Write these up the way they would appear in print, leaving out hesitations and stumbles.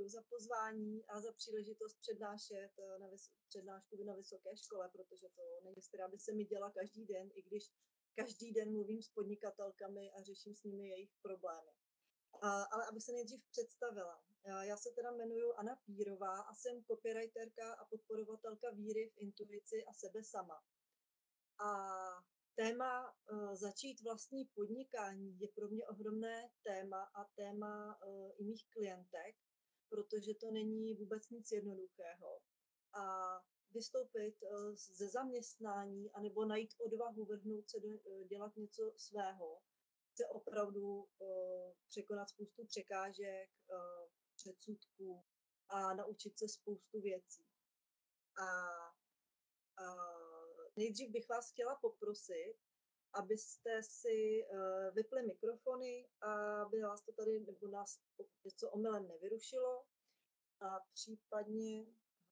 děkuji za pozvání a za příležitost přednášet přednášku na vysoké škole, protože to není věc, která by se mi děla každý den, i když každý den mluvím s podnikatelkami a řeším s nimi jejich problémy. Ale abych se nejdřív představila. Já se teda jmenuji Anna Pírová a jsem copywriterka a podporovatelka víry v intuici a sebe sama. A téma začít vlastní podnikání je pro mě ohromné téma a téma i mých klientek, protože to není vůbec nic jednoduchého. A vystoupit ze zaměstnání anebo najít odvahu, vrhnout se dělat něco svého, chce opravdu překonat spoustu překážek, předsudků a naučit se spoustu věcí. A nejdřív bych vás chtěla poprosit, abyste si vypli mikrofony, aby vás to tady nebo nás něco omylem nevyrušilo. A případně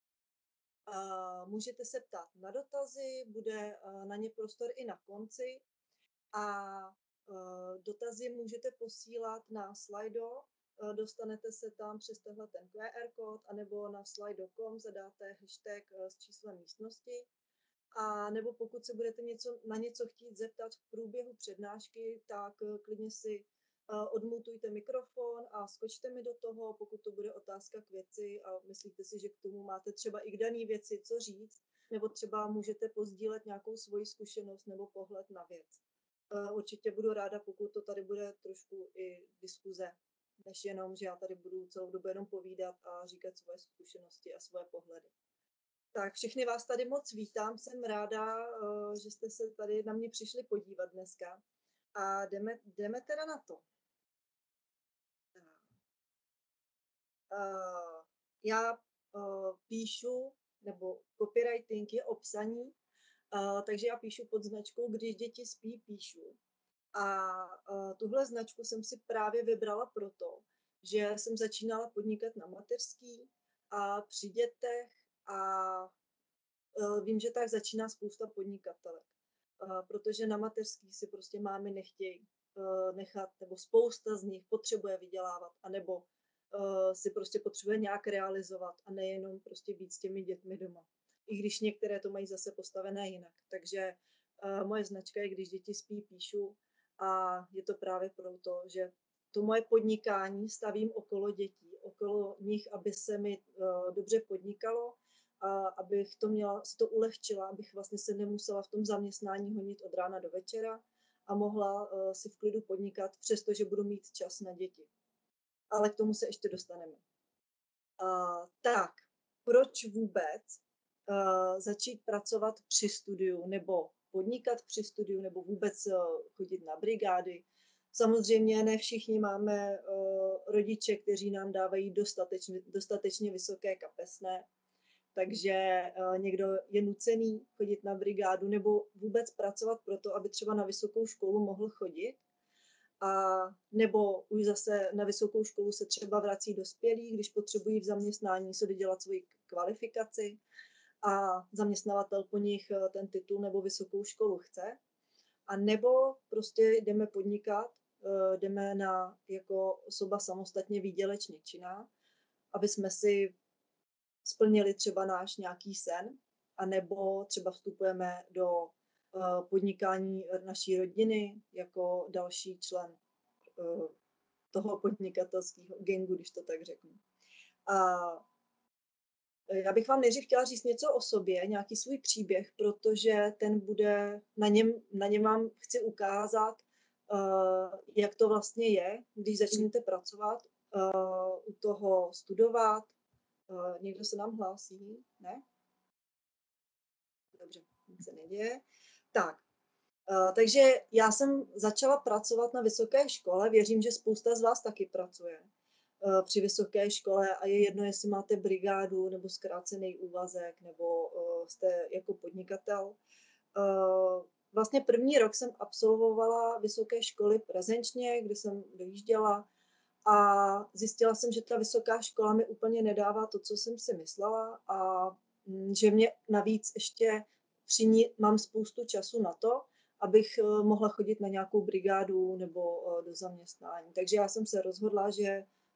můžete se ptát na dotazy, bude na ně prostor i na konci. A dotazy můžete posílat na Slido, dostanete se tam přes tenhle ten QR kód, anebo na slido.com zadáte hashtag s číslem místnosti. A nebo pokud se budete na něco chtít zeptat v průběhu přednášky, tak klidně si odmutujte mikrofon a skočte mi do toho, pokud to bude otázka k věci a myslíte si, že k tomu máte třeba i k dané věci co říct, nebo třeba můžete pozdílet nějakou svoji zkušenost nebo pohled na věc. Určitě budu ráda, pokud to tady bude trošku i diskuze, než jenom, že já tady budu celou dobu jenom povídat a říkat svoje zkušenosti a svoje pohledy. Tak všechny vás tady moc vítám, jsem ráda, že jste se tady na mě přišli podívat dneska a jdeme teda na to. Já píšu, nebo copywriting je o psaní, takže já píšu pod značkou Když děti spí, píšu. A tuhle značku jsem si právě vybrala proto, že jsem začínala podnikat na mateřský a při dětech a vím, že tak začíná spousta podnikatelek, protože na mateřský si prostě mámy nechtějí nechat, nebo spousta z nich potřebuje vydělávat, anebo si prostě potřebuje nějak realizovat a nejenom prostě být s těmi dětmi doma. I když některé to mají zase postavené jinak. Takže moje značka je Když děti spí, píšu a je to právě proto, že to moje podnikání stavím okolo dětí, okolo nich, aby se mi dobře podnikalo, a abych si to ulehčila, abych vlastně se nemusela v tom zaměstnání honit od rána do večera a mohla si v klidu podnikat, přestože budu mít čas na děti. Ale k tomu se ještě dostaneme. Tak, proč vůbec začít pracovat při studiu nebo podnikat při studiu nebo vůbec chodit na brigády? Samozřejmě ne všichni máme rodiče, kteří nám dávají dostatečně vysoké kapesné, takže někdo je nucený chodit na brigádu nebo vůbec pracovat proto, aby třeba na vysokou školu mohl chodit. A nebo už zase na vysokou školu se třeba vrací dospělí, když potřebují v zaměstnání se dodělat svoji kvalifikaci a zaměstnavatel po nich ten titul nebo vysokou školu chce. A nebo prostě jdeme podnikat, jdeme jako osoba samostatně výdělečně činná, aby jsme si splnili třeba náš nějaký sen, a nebo třeba vstupujeme do podnikání naší rodiny jako další člen toho podnikatelského gangu, když to tak řeknu. A já bych vám nejdřív chtěla říct něco o sobě, nějaký svůj příběh, protože ten bude, na něm vám chci ukázat, jak to vlastně je, když začnete pracovat, u toho studovat. Někdo se nám hlásí? Ne? Dobře, nic se neděje. Tak, takže já jsem začala pracovat na vysoké škole, věřím, že spousta z vás taky pracuje při vysoké škole a je jedno, jestli máte brigádu nebo zkrácený úvazek nebo jste jako podnikatel. Vlastně první rok jsem absolvovala vysoké školy prezenčně, kde jsem dojížděla a zjistila jsem, že ta vysoká škola mi úplně nedává to, co jsem si myslela a že mě navíc ještě při ní mám spoustu času na to, abych mohla chodit na nějakou brigádu nebo do zaměstnání. Takže já jsem se rozhodla, že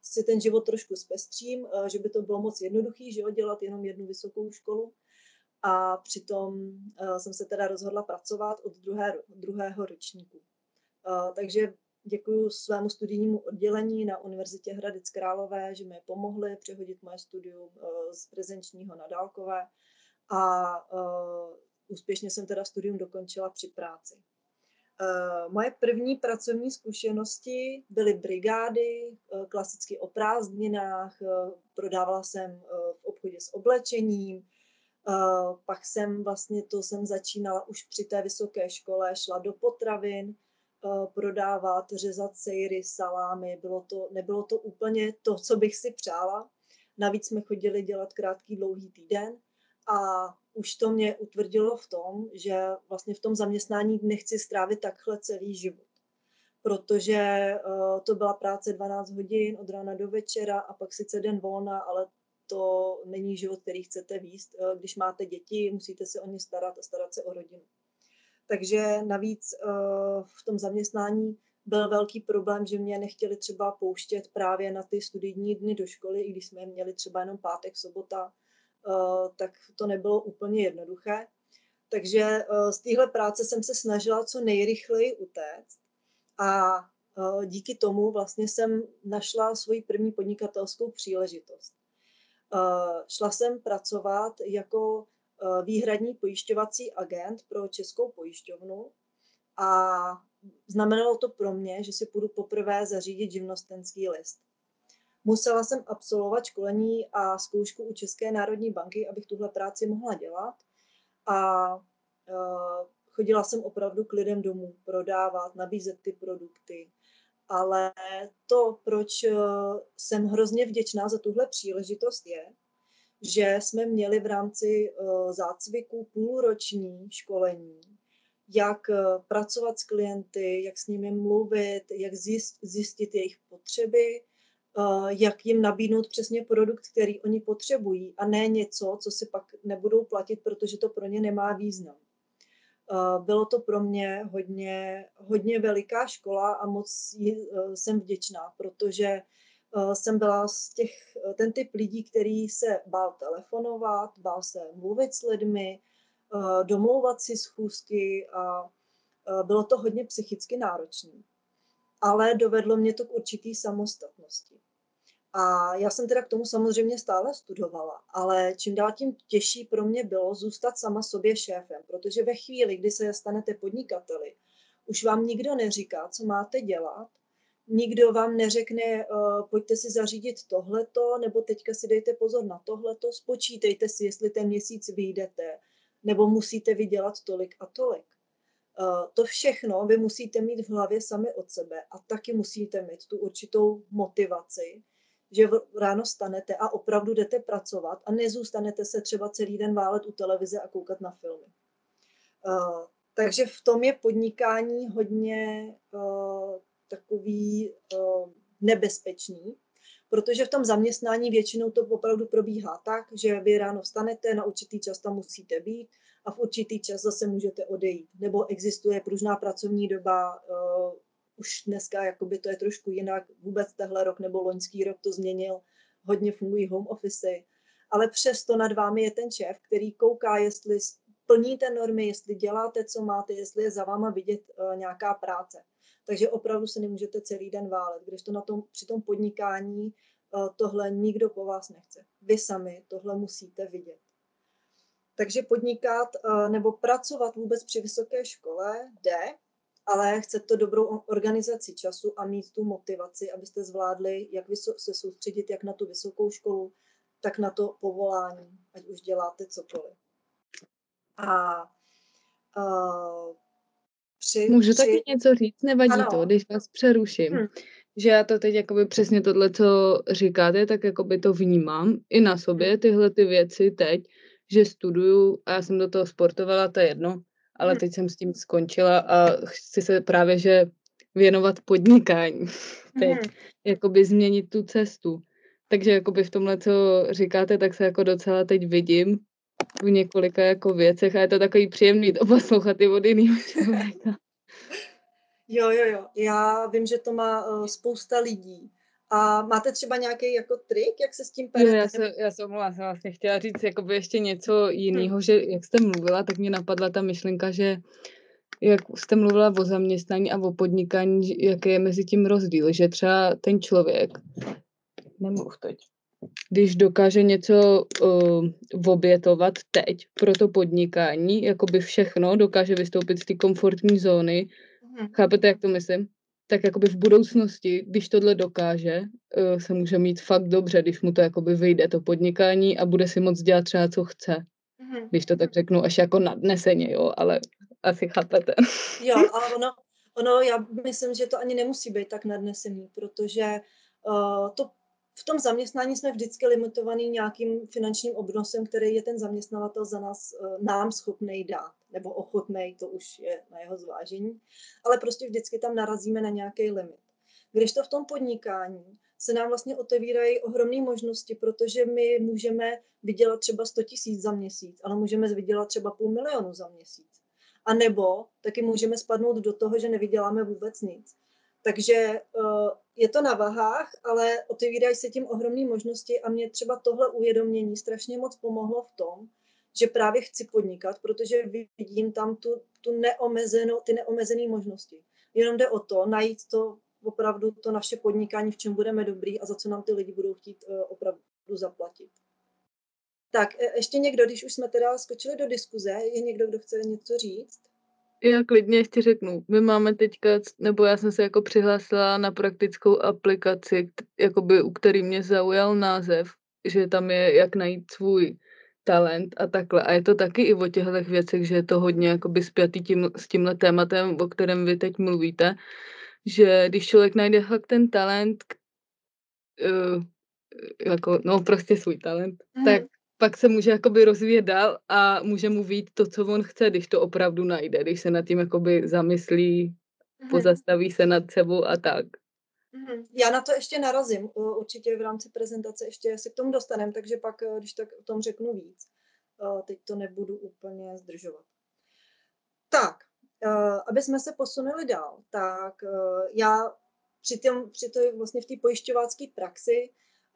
si ten život trošku zpestřím, že by to bylo moc jednoduchý, že jo, dělat jenom jednu vysokou školu. A přitom jsem se teda rozhodla pracovat od druhého ročníku. Takže děkuji svému studijnímu oddělení na Univerzitě Hradec Králové, že mi pomohli přehodit moje studium z prezenčního na dálkové a úspěšně jsem teda studium dokončila při práci. Moje první pracovní zkušenosti byly brigády, klasicky o prázdninách, prodávala jsem v obchodě s oblečením, pak jsem začínala už při té vysoké škole, šla do potravin, prodávat, řezat sejry, salámy, nebylo to úplně to, co bych si přála. Navíc jsme chodili dělat krátký, dlouhý týden a už to mě utvrdilo v tom, že vlastně v tom zaměstnání nechci strávit takhle celý život. Protože to byla práce 12 hodin od rána do večera a pak sice den volna, ale to není život, který chcete vést. Když máte děti, musíte se o ně starat a starat se o rodinu. Takže navíc v tom zaměstnání byl velký problém, že mě nechtěli třeba pouštět právě na ty studijní dny do školy, i když jsme je měli třeba jenom pátek, sobota, tak to nebylo úplně jednoduché. Takže z téhle práce jsem se snažila co nejrychleji utéct a díky tomu vlastně jsem našla svoji první podnikatelskou příležitost. Šla jsem pracovat jako výhradní pojišťovací agent pro Českou pojišťovnu a znamenalo to pro mě, že si půjdu poprvé zařídit živnostenský list. Musela jsem absolvovat školení a zkoušku u České národní banky, abych tuhle práci mohla dělat a chodila jsem opravdu k lidem domů prodávat, nabízet ty produkty. Ale to, proč jsem hrozně vděčná za tuhle příležitost je, že jsme měli v rámci zácviku půlroční školení, jak pracovat s klienty, jak s nimi mluvit, jak zjistit jejich potřeby, jak jim nabídnout přesně produkt, který oni potřebují a ne něco, co si pak nebudou platit, protože to pro ně nemá význam. Bylo to pro mě hodně veliká škola a moc jsem vděčná, protože jsem byla ten typ lidí, který se bál telefonovat, bál se mluvit s lidmi, domlouvat si schůzky a bylo to hodně psychicky náročné. Ale dovedlo mě to k určitý samostatnosti. A já jsem teda k tomu samozřejmě stále studovala, ale čím dál tím těžší pro mě bylo zůstat sama sobě šéfem, protože ve chvíli, kdy se stanete podnikateli, už vám nikdo neříká, co máte dělat, nikdo vám neřekne, pojďte si zařídit tohleto, nebo teďka si dejte pozor na tohleto, spočítejte si, jestli ten měsíc vyjdete, nebo musíte vydělat tolik a tolik. To všechno vy musíte mít v hlavě sami od sebe a taky musíte mít tu určitou motivaci, že ráno stanete a opravdu jdete pracovat a nezůstanete se třeba celý den válet u televize a koukat na filmy. Takže v tom je podnikání hodně takový nebezpečný, protože v tom zaměstnání většinou to opravdu probíhá tak, že vy ráno vstanete, na určitý čas tam musíte být a v určitý čas zase můžete odejít. Nebo existuje pružná pracovní doba, už dneska jakoby to je trošku jinak, vůbec tehle rok nebo loňský rok to změnil, hodně fungují home office, ale přesto nad vámi je ten šéf, který kouká, jestli plníte normy, jestli děláte, co máte, jestli je za váma vidět nějaká práce. Takže opravdu se nemůžete celý den válet, když to při tom podnikání tohle nikdo po vás nechce. Vy sami tohle musíte vidět. Takže podnikat nebo pracovat vůbec při vysoké škole jde, ale chce to dobrou organizaci času a mít tu motivaci, abyste zvládli, jak se soustředit jak na tu vysokou školu, tak na to povolání, ať už děláte cokoliv. Můžu taky něco říct? Nevadí ano. to, když vás přeruším. Že já to teď jakoby přesně tohle, co říkáte, tak jakoby to vnímám i na sobě, tyhle ty věci teď, že studuju a já jsem do toho sportovala, to je jedno, ale teď jsem s tím skončila a chci se právě, že věnovat podnikání teď, jakoby změnit tu cestu. Takže jakoby v tomhle, co říkáte, tak se jako docela teď vidím v několika jako věcech a je to takový příjemný to poslouchat i od jiného člověka. Jo. Já vím, že to má spousta lidí A máte třeba nějaký jako trik, jak se s tím Jo, perete? já se omlouvám, jsem vlastně chtěla říct jakoby ještě něco Hm. jinýho, že jak jste mluvila, tak mě napadla ta myšlenka, že jak jste mluvila o zaměstnání a o podnikání, jaký je mezi tím rozdíl, že třeba ten člověk, nemluv teď, když dokáže něco obětovat teď pro to podnikání, jakoby všechno, dokáže vystoupit z té komfortní zóny, Mhm. chápete, jak to myslím? Tak jakoby v budoucnosti, když tohle dokáže, se může mít fakt dobře, když mu to jakoby vyjde to podnikání a bude si moct dělat třeba, co chce. Mhm. Když to tak řeknu až jako nadneseně, jo, ale asi chápete. Jo, a ono já myslím, že to ani nemusí být tak nadnesený, protože, to v tom zaměstnání jsme vždycky limitovaný nějakým finančním obnosem, který je ten zaměstnavatel za nás, nám schopnej dát, nebo ochotnej, to už je na jeho zvážení, ale prostě vždycky tam narazíme na nějaký limit. Kdežto v tom podnikání se nám vlastně otevírají ohromné možnosti, protože my můžeme vydělat třeba 100 000 za měsíc, ale můžeme vydělat třeba 500 000 za měsíc. A nebo taky můžeme spadnout do toho, že nevyděláme vůbec nic. Takže je to na vahách, ale otevírají se tím ohromné možnosti a mě třeba tohle uvědomění strašně moc pomohlo v tom, že právě chci podnikat, protože vidím tam ty neomezené možnosti. Jenom jde o to, najít to opravdu to naše podnikání, v čem budeme dobrý a za co nám ty lidi budou chtít opravdu zaplatit. Tak, ještě někdo, když už jsme teda skočili do diskuze, je někdo, kdo chce něco říct? Já klidně ještě řeknu. My máme teďka, nebo já jsem se jako přihlásila na praktickou aplikaci, jakoby, u který mě zaujal název, že tam je, jak najít svůj talent a takhle. A je to taky i o těchto věcech, že je to hodně jakoby spjatý s tímhle tématem, o kterém vy teď mluvíte, že když člověk najde fakt ten talent, uh, jako, no prostě svůj talent, tak Mhm. pak se může jakoby rozvíjet dál a může mu vyjít to, co on chce, když to opravdu najde, když se nad tím jakoby zamyslí, Mhm. pozastaví se nad sebou a tak. Mhm. Já na to ještě narazím, určitě v rámci prezentace ještě se k tomu dostaneme, takže pak, když tak o tom řeknu víc. Teď to nebudu úplně zdržovat. Tak, aby jsme se posunuli dál, tak já při té vlastně v té pojišťovácké praxi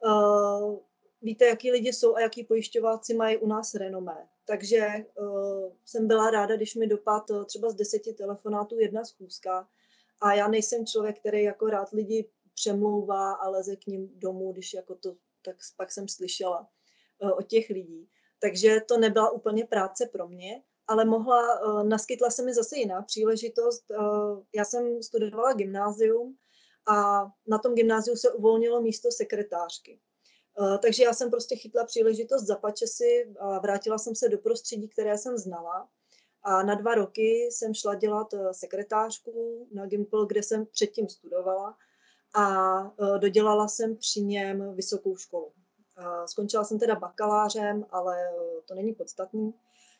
víte, jaký lidi jsou a jaký pojišťováci mají u nás renomé. Takže jsem byla ráda, když mi dopadl třeba z 10 telefonátů jedna schůzka a já nejsem člověk, který jako rád lidi přemlouvá a leze k ním domů, když jako to, tak pak jsem slyšela od těch lidí. Takže to nebyla úplně práce pro mě, ale naskytla se mi zase jiná příležitost. Já jsem studovala gymnázium a na tom gymnáziu se uvolnilo místo sekretářky. Takže já jsem prostě chytla příležitost za pačesy a vrátila jsem se do prostředí, které jsem znala. A na 2 roky jsem šla dělat sekretářku na Gimpl, kde jsem předtím studovala a dodělala jsem při něm vysokou školu. Skončila jsem teda bakalářem, ale to není podstatný.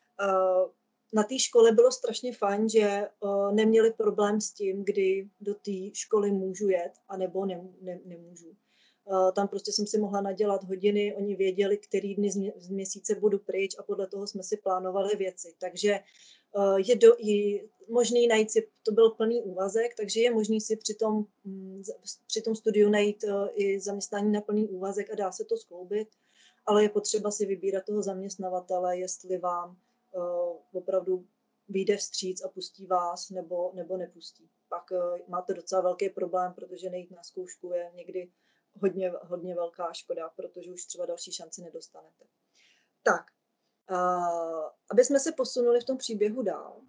Na té škole bylo strašně fajn, že neměli problém s tím, kdy do té školy můžu jet, anebo nemůžu. Tam prostě jsem si mohla nadělat hodiny, oni věděli, který dny z měsíce budu pryč a podle toho jsme si plánovali věci. Takže je možný najít si, to byl plný úvazek, takže je možný si při tom studiu najít i zaměstnání na plný úvazek a dá se to skloubit, ale je potřeba si vybírat toho zaměstnavatele, jestli vám opravdu vyjde vstříc a pustí vás nebo nepustí. Pak máte docela velký problém, protože nejít na zkoušku je někdy hodně velká škoda, protože už třeba další šanci nedostanete. Tak, aby jsme se posunuli v tom příběhu dál,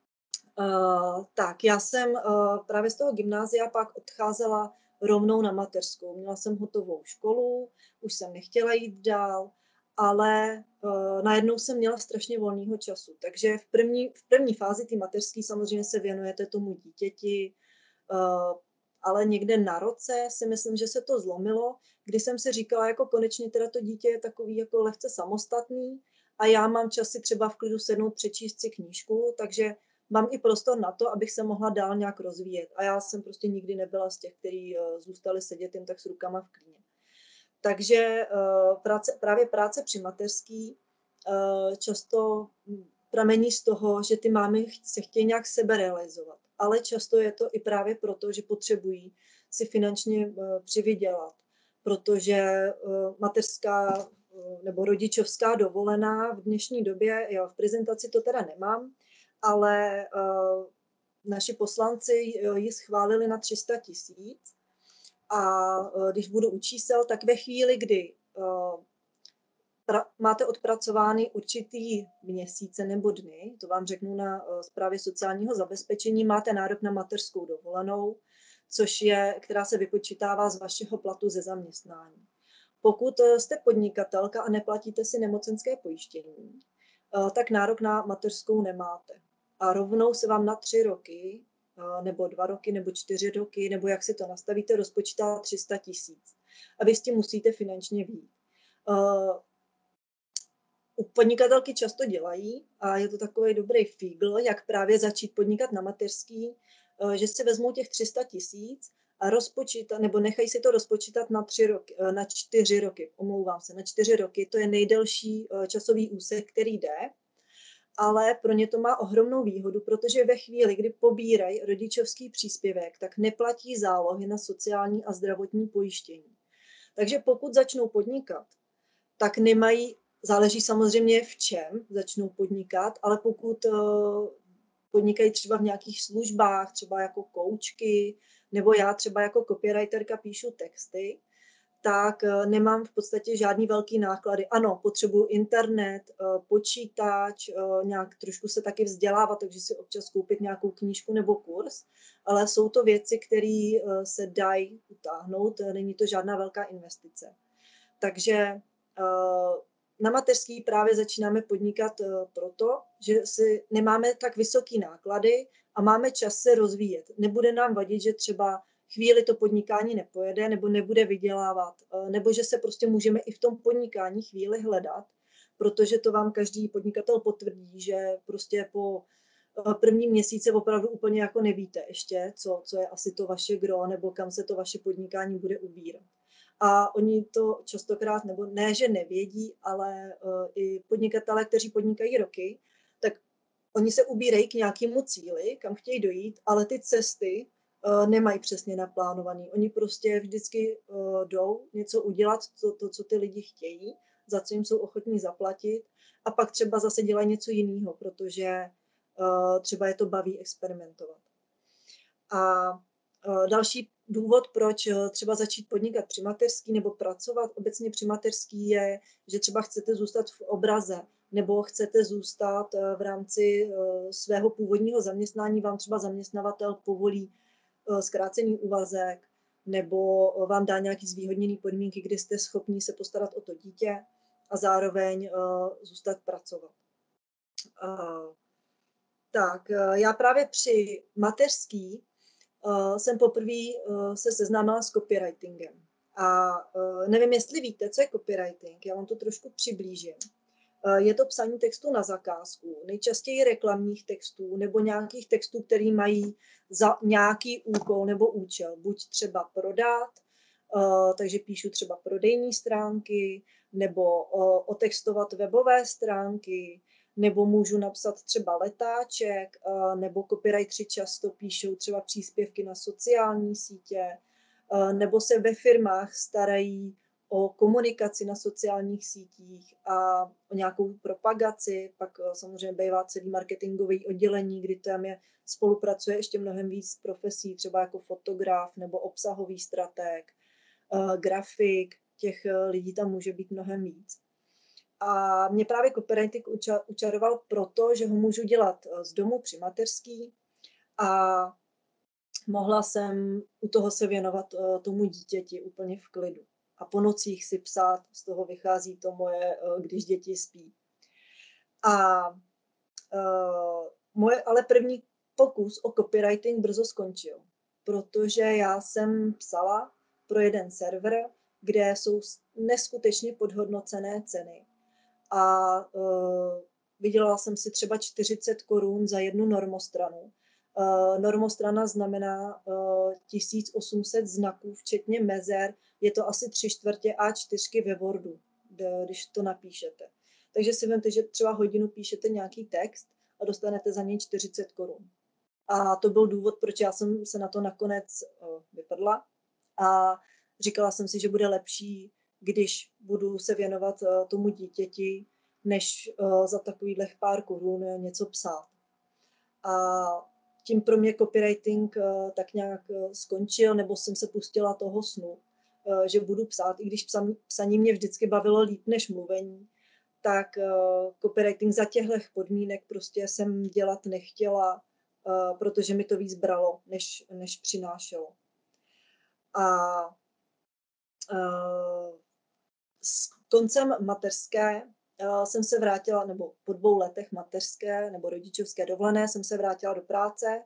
tak já jsem právě z toho gymnázia pak odcházela rovnou na mateřskou. Měla jsem hotovou školu, už jsem nechtěla jít dál, ale najednou jsem měla strašně volného času. Takže v první fázi té mateřské samozřejmě se věnujete tomu dítěti, ale někde na roce si myslím, že se to zlomilo, kdy jsem si říkala, jako konečně teda to dítě je takový jako lehce samostatný a já mám čas si třeba v klidu sednout, přečíst si knížku, takže mám i prostor na to, abych se mohla dál nějak rozvíjet. A já jsem prostě nikdy nebyla z těch, kteří zůstali sedět jen tak s rukama v klíně. Takže právě práce při mateřský často pramení z toho, že ty mámy se chtějí nějak seberealizovat. Ale často je to i právě proto, že potřebují si finančně přivydělat, protože mateřská nebo rodičovská dovolená v dnešní době, jo, v prezentaci to teda nemám, ale naši poslanci ji schválili na 300 000 a když budu u čísel, tak ve chvíli, kdy máte odpracovány určitý měsíce nebo dny, to vám řeknu na správě sociálního zabezpečení, máte nárok na mateřskou dovolenou, která se vypočítává z vašeho platu ze zaměstnání. Pokud jste podnikatelka a neplatíte si nemocenské pojištění, tak nárok na mateřskou nemáte. A rovnou se vám na 3 roky, nebo 2 roky, nebo 4 roky, nebo jak si to nastavíte, rozpočítá 300 000. A vy s tím musíte finančně vyjít. U podnikatelky často dělají, a je to takový dobrý fígl, jak právě začít podnikat na mateřský, že si vezmou těch 300 000 a nebo nechají si to rozpočítat na 4 roky, omlouvám se, na 4 roky, to je nejdelší časový úsek, který jde, ale pro ně to má ohromnou výhodu, protože ve chvíli, kdy pobírají rodičovský příspěvek, tak neplatí zálohy na sociální a zdravotní pojištění. Takže pokud začnou podnikat, tak nemají, záleží samozřejmě v čem začnou podnikat, ale pokud podnikají třeba v nějakých službách, třeba jako koučky, nebo já třeba jako copywriterka píšu texty, tak nemám v podstatě žádný velký náklady. Ano, potřebuju internet, počítač, nějak trošku se taky vzdělávat, takže si občas koupit nějakou knížku nebo kurz, ale jsou to věci, které se dají utáhnout, není to žádná velká investice. Takže na mateřský právě začínáme podnikat proto, že si nemáme tak vysoký náklady a máme čas se rozvíjet. Nebude nám vadit, že třeba chvíli to podnikání nepojede nebo nebude vydělávat, nebo že se prostě můžeme i v tom podnikání chvíli hledat, protože to vám každý podnikatel potvrdí, že prostě po prvním měsíce opravdu úplně jako nevíte ještě, co je asi to vaše gro, nebo kam se to vaše podnikání bude ubírat. A oni to častokrát, nebo ne, že nevědí, ale i podnikatelé, kteří podnikají roky, tak oni se ubírají k nějakému cíli, kam chtějí dojít, ale ty cesty nemají přesně naplánovaný. Oni prostě vždycky jdou něco udělat, co ty lidi chtějí, za co jim jsou ochotní zaplatit, a pak třeba zase dělají něco jiného, protože třeba je to baví experimentovat. A další důvod, proč třeba začít podnikat při mateřský nebo pracovat obecně při mateřský, je, že třeba chcete zůstat v obraze nebo chcete zůstat v rámci svého původního zaměstnání, vám třeba zaměstnavatel povolí zkrácený úvazek nebo vám dá nějaký zvýhodněný podmínky, kdy jste schopni se postarat o to dítě a zároveň zůstat pracovat. Tak, já právě při mateřský jsem poprvé se seznámila s copywritingem. A nevím, jestli víte, co je copywriting, já vám to trošku přiblížím. Je to psaní textu na zakázku, nejčastěji reklamních textů nebo nějakých textů, které mají za nějaký úkol nebo účel. Buď třeba prodat, takže píšu třeba prodejní stránky, nebo otextovat webové stránky, nebo můžu napsat třeba letáček, nebo copywriteri často píšou třeba příspěvky na sociální sítě, nebo se ve firmách starají o komunikaci na sociálních sítích a o nějakou propagaci, pak samozřejmě bývá celý marketingový oddělení, kdy tam spolupracuje ještě mnohem víc profesí, třeba jako fotograf nebo obsahový stratég, grafik, těch lidí tam může být mnohem víc. A mě právě copywriting učaroval proto, že ho můžu dělat z domu při mateřský a mohla jsem u toho se věnovat tomu dítěti úplně v klidu. A po nocích si psát, z toho vychází to moje, když děti spí. A moje ale první pokus o copywriting brzo skončil, protože já jsem psala pro jeden server, kde jsou neskutečně podhodnocené ceny. A vydělala jsem si třeba 40 korun za jednu normostranu. Normostrana znamená 1800 znaků, včetně mezer. Je to asi 3/4 A4 ve Wordu, když to napíšete. Takže si vemte, že třeba hodinu píšete nějaký text a dostanete za něj 40 korun. A to byl důvod, proč já jsem se na to nakonec vypadla, A říkala jsem si, že bude lepší, když budu se věnovat tomu dítěti, než za takových pár korun něco psát. A tím pro mě copywriting tak nějak skončil, nebo jsem se pustila toho snu, že budu psát, i když psaní mě vždycky bavilo líp než mluvení, tak copywriting za těchto podmínek prostě jsem dělat nechtěla, protože mi to víc bralo, než přinášelo. A s koncem mateřské jsem se vrátila, nebo po 2 letech mateřské nebo rodičovské dovolené jsem se vrátila do práce,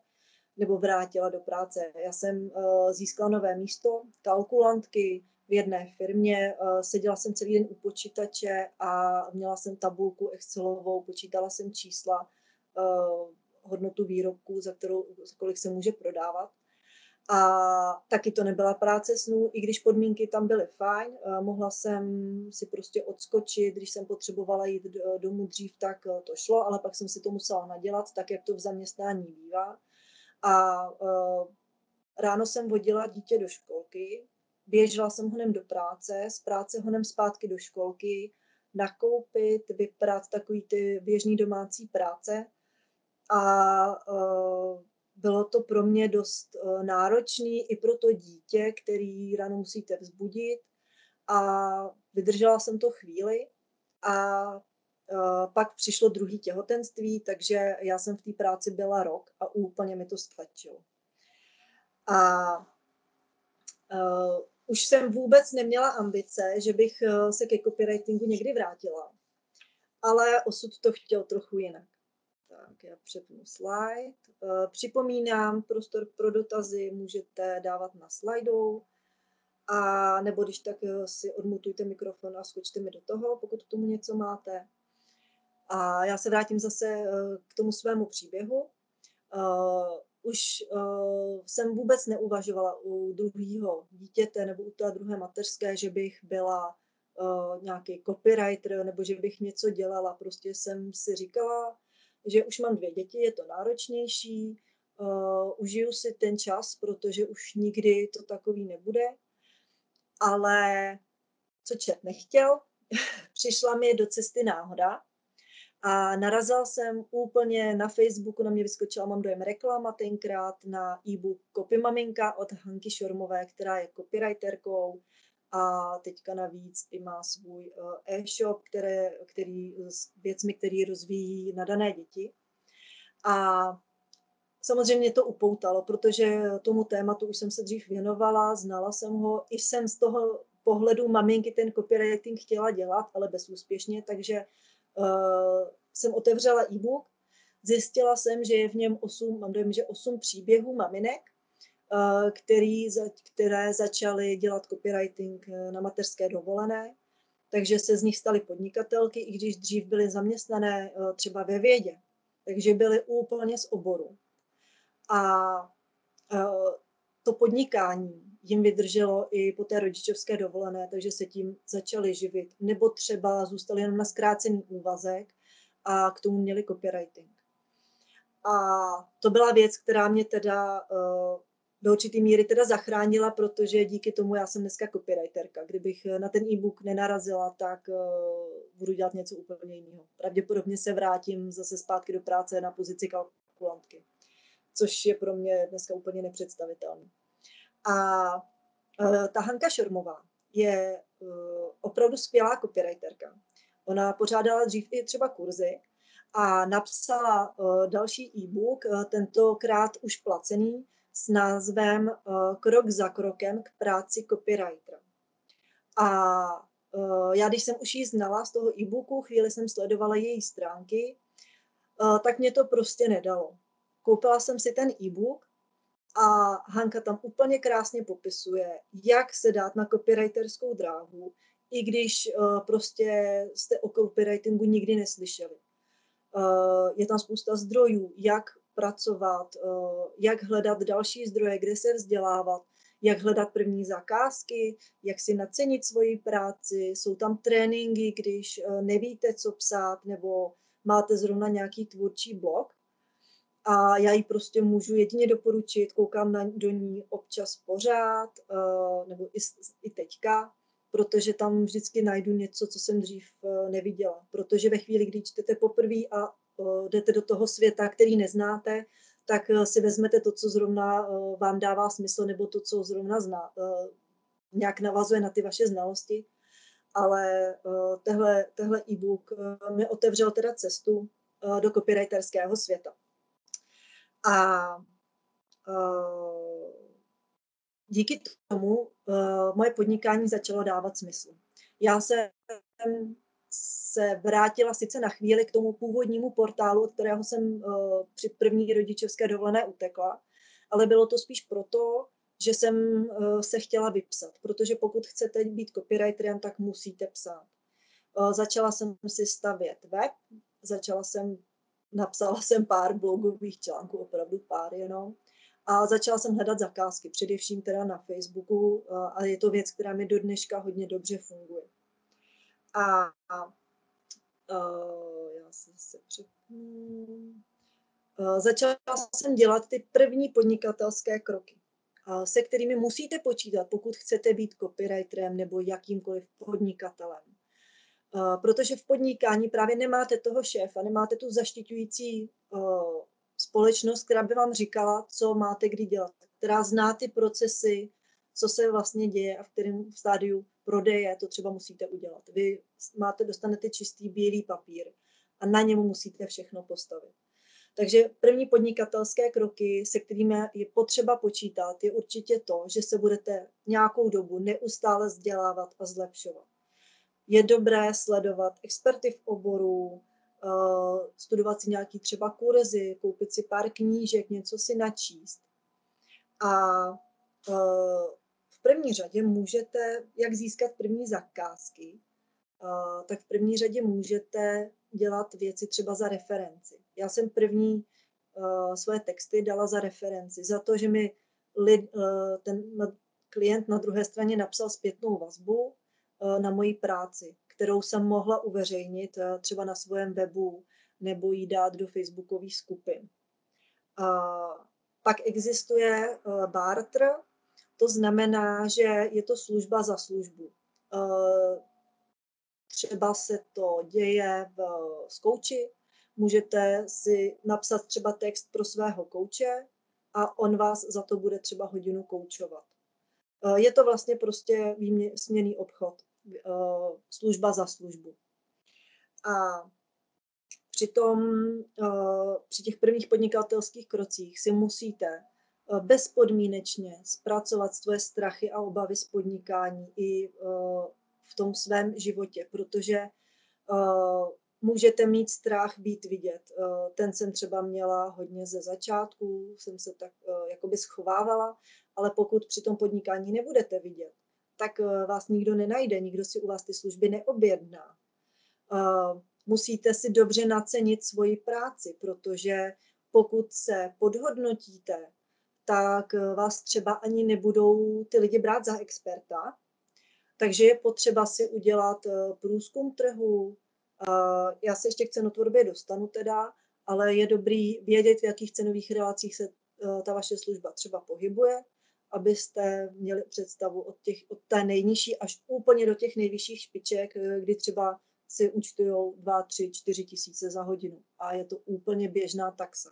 Já jsem získala nové místo kalkulantky v jedné firmě, seděla jsem celý den u počítače a měla jsem tabulku Excelovou, počítala jsem čísla, hodnotu výrobků, za kolik se může prodávat. A taky to nebyla práce snů, i když podmínky tam byly fajn, mohla jsem si prostě odskočit, když jsem potřebovala jít domů dřív, tak to šlo, ale pak jsem si to musela nadělat, tak jak to v zaměstnání bývá. A ráno jsem vodila dítě do školky, běžela jsem honem do práce, z práce honem zpátky do školky, nakoupit, vyprat, takový ty běžný domácí práce. A bylo to pro mě dost náročný i pro to dítě, který ráno musíte vzbudit. A vydržela jsem to chvíli a pak přišlo druhé těhotenství, takže já jsem v té práci byla rok a úplně mi to stačilo. A už jsem vůbec neměla ambice, že bych se ke copywritingu někdy vrátila. Ale osud to chtěl trochu jinak. Tak, já přepnu slide. Připomínám, prostor pro dotazy můžete dávat na slajdu, a nebo když tak si odmutujte mikrofon a skočte mi do toho, pokud k tomu něco máte. A já se vrátím zase k tomu svému příběhu. Už jsem vůbec neuvažovala u druhého dítěte nebo u té druhé mateřské, že bych byla nějaký copywriter nebo že bych něco dělala. Prostě jsem si říkala, že už mám 2 děti, je to náročnější, užiju si ten čas, protože už nikdy to takový nebude. Ale co čert nechtěl, přišla mi do cesty náhoda a narazila jsem úplně na Facebooku, na mě vyskočila, mám dojem, reklama tenkrát na e-book Copy Maminka od Hanky Šormové, která je copywriterkou a teďka navíc i má svůj e-shop, který s věcmi, který rozvíjí nadané děti. A samozřejmě to upoutalo, protože tomu tématu už jsem se dřív věnovala, znala jsem ho, i jsem z toho pohledu maminky ten copywriting chtěla dělat, ale bezúspěšně, takže jsem otevřela e-book, zjistila jsem, že je v něm 8 příběhů maminek, které začaly dělat copywriting na mateřské dovolené, takže se z nich staly podnikatelky, i když dřív byly zaměstnané třeba ve vědě, takže byly úplně z oboru. A to podnikání jim vydrželo i po té rodičovské dovolené, takže se tím začali živit. Nebo třeba zůstali jenom na zkrácený úvazek a k tomu měli copywriting. A to byla věc, která mě teda do určitý míry teda zachránila, protože díky tomu já jsem dneska copywriterka. Kdybych na ten e-book nenarazila, tak budu dělat něco úplně jiného. Pravděpodobně se vrátím zase zpátky do práce na pozici kalkulantky, což je pro mě dneska úplně nepředstavitelné. A ta Hanka Šormová je opravdu skvělá copywriterka. Ona pořádala dřív i třeba kurzy a napsala další e-book, tentokrát už placený, s názvem Krok za krokem k práci copywritera. A já, když jsem už ji znala z toho e-booku, chvíli jsem sledovala její stránky, tak mě to prostě nedalo. Koupila jsem si ten e-book a Hanka tam úplně krásně popisuje, jak se dát na copywriterskou dráhu, i když prostě jste o copywritingu nikdy neslyšeli. Je tam spousta zdrojů, jak pracovat, jak hledat další zdroje, kde se vzdělávat, jak hledat první zakázky, jak si nacenit svoji práci. Jsou tam tréninky, když nevíte, co psát, nebo máte zrovna nějaký tvůrčí blog. a já ji prostě můžu jedině doporučit, koukám do ní občas pořád, nebo i teďka, protože tam vždycky najdu něco, co jsem dřív neviděla. Protože ve chvíli, kdy čtete poprvé a jdete do toho světa, který neznáte, tak si vezmete to, co zrovna vám dává smysl, nebo to, co zrovna nějak navazuje na ty vaše znalosti. Ale tehle e-book mi otevřel teda cestu do copywriterského světa. A díky tomu moje podnikání začalo dávat smysl. Já jsem se vrátila sice na chvíli k tomu původnímu portálu, od kterého jsem při první rodičovské dovolené utekla, ale bylo to spíš proto, že jsem se chtěla vypsat, protože pokud chcete být copywriterem, tak musíte psát. Začala jsem si stavět web, napsala jsem pár blogových článků, opravdu pár jenom, a začala jsem hledat zakázky, především teda na Facebooku, a je to věc, která mi do dneška hodně dobře funguje. A já se přepnu. Začala jsem dělat ty první podnikatelské kroky, se kterými musíte počítat, pokud chcete být copywriterem nebo jakýmkoliv podnikatelem. Protože v podnikání právě nemáte toho šéfa, nemáte tu zaštiťující společnost, která by vám říkala, co máte kdy dělat, která zná ty procesy, co se vlastně děje a v kterém stádiu prodeje to třeba musíte udělat. Vy dostanete čistý bílý papír a na němu musíte všechno postavit. Takže první podnikatelské kroky, se kterými je potřeba počítat, je určitě to, že se budete nějakou dobu neustále vzdělávat a zlepšovat. Je dobré sledovat experty v oboru, studovat si nějaký třeba kurzy, koupit si pár knížek, něco si načíst. A v první řadě můžete, jak získat první zakázky, tak v první řadě můžete dělat věci třeba za referenci. Já jsem první svoje texty dala za referenci, za to, že mi ten klient na druhé straně napsal zpětnou vazbu na moji práci, kterou jsem mohla uveřejnit třeba na svém webu nebo ji dát do facebookových skupin. Pak existuje barter, to znamená, že je to služba za službu. Třeba se to děje s kouči, můžete si napsat třeba text pro svého kouče a on vás za to bude třeba hodinu koučovat. Je to vlastně prostě směnný obchod, služba za službu. A při těch prvních podnikatelských krocích si musíte bezpodmínečně zpracovat svoje strachy a obavy z podnikání i v tom svém životě, protože můžete mít strach být vidět. Ten jsem třeba měla hodně ze začátku, jsem se tak jakoby schovávala, ale pokud při tom podnikání nebudete vidět, tak vás nikdo nenajde, nikdo si u vás ty služby neobjedná. Musíte si dobře nacenit svoji práci, protože pokud se podhodnotíte, tak vás třeba ani nebudou ty lidi brát za experta. Takže je potřeba si udělat průzkum trhu. Já se ještě k cenotvorbě dostanu teda, ale je dobrý vědět, v jakých cenových relacích se ta vaše služba třeba pohybuje, abyste měli představu od té nejnižší až úplně do těch nejvyšších špiček, kdy třeba si účtujou 2, 3, 4 tisíce za hodinu a je to úplně běžná taxa.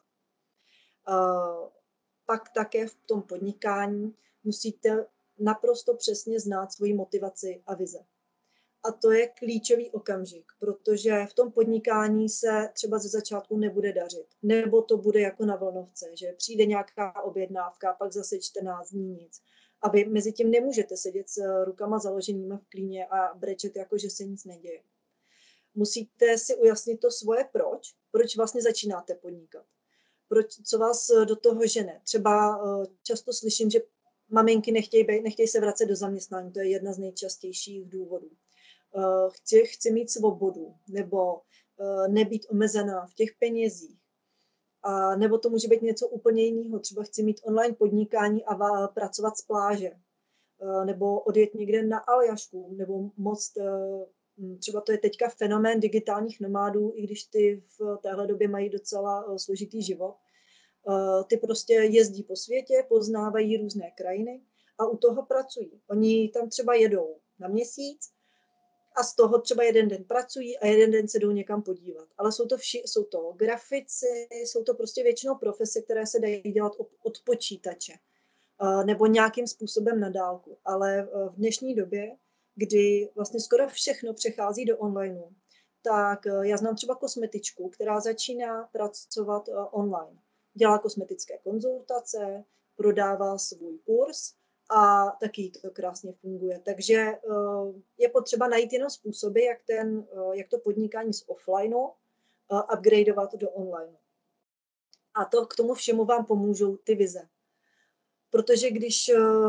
Pak také v tom podnikání musíte naprosto přesně znát svoji motivaci a vize. A to je klíčový okamžik, protože v tom podnikání se třeba ze začátku nebude dařit. Nebo to bude jako na vlnovce, že přijde nějaká objednávka, pak zase 14 dní nic. A vy mezi tím nemůžete sedět s rukama založenýma v klíně a brečet, jako že se nic neděje. Musíte si ujasnit to svoje proč vlastně začínáte podnikat. Co vás do toho žene. Třeba často slyším, že maminky nechtějí se vracet do zaměstnání, to je jedna z nejčastějších důvodů. Chci mít svobodu, nebo nebýt omezená v těch penězích. Nebo to může být něco úplně jiného. Třeba chci mít online podnikání a pracovat z pláže. Nebo odjet někde na Aljašku, nebo třeba to je teďka fenomén digitálních nomádů, i když ty v téhle době mají docela složitý život. Ty prostě jezdí po světě, poznávají různé krajiny a u toho pracují. Oni tam třeba jedou na měsíc a z toho třeba jeden den pracují a jeden den se jdou někam podívat. Ale jsou to grafici, jsou to prostě většinou profese, které se dají dělat od počítače nebo nějakým způsobem na dálku. Ale v dnešní době, kdy vlastně skoro všechno přechází do onlineu, tak já znám třeba kosmetičku, která začíná pracovat online. Dělá kosmetické konzultace, prodává svůj kurz a taky to krásně funguje. Takže je potřeba najít jenom způsoby, jak to podnikání z offlineu upgradeovat do onlineu. A k tomu všemu vám pomůžou ty vize. Protože když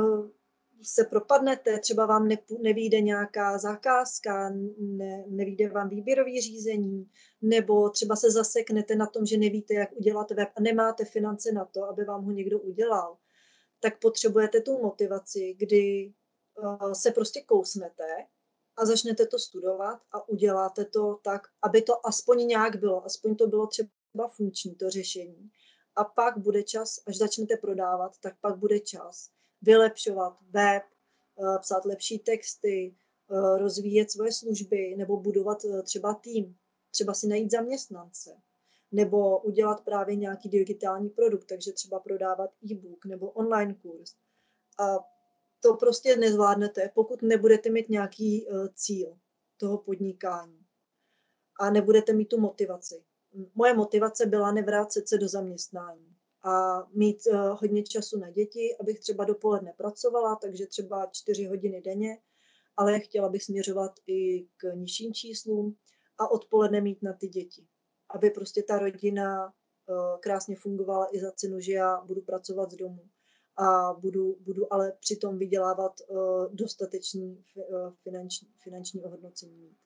se propadnete, třeba vám nevyjde nějaká zakázka, nevyjde vám výběrový řízení, nebo třeba se zaseknete na tom, že nevíte, jak udělat web a nemáte finance na to, aby vám ho někdo udělal, tak potřebujete tu motivaci, kdy se prostě kousnete a začnete to studovat a uděláte to tak, aby to aspoň nějak bylo, aspoň to bylo třeba funkční, to řešení. A pak bude čas, až začnete prodávat, tak pak bude čas vylepšovat web, psát lepší texty, rozvíjet svoje služby nebo budovat třeba tým, třeba si najít zaměstnance nebo udělat právě nějaký digitální produkt, takže třeba prodávat e-book nebo online kurz. A to prostě nezvládnete, pokud nebudete mít nějaký cíl toho podnikání a nebudete mít tu motivaci. Moje motivace byla nevrátit se do zaměstnání a mít hodně času na děti, abych třeba dopoledne pracovala, takže třeba 4 hodiny denně, ale chtěla bych směřovat i k nižším číslům a odpoledne mít na ty děti, aby prostě ta rodina krásně fungovala i za cenu, že já budu pracovat z domu a budu ale přitom vydělávat dostatečný finanční ohodnocení.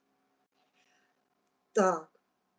Tak.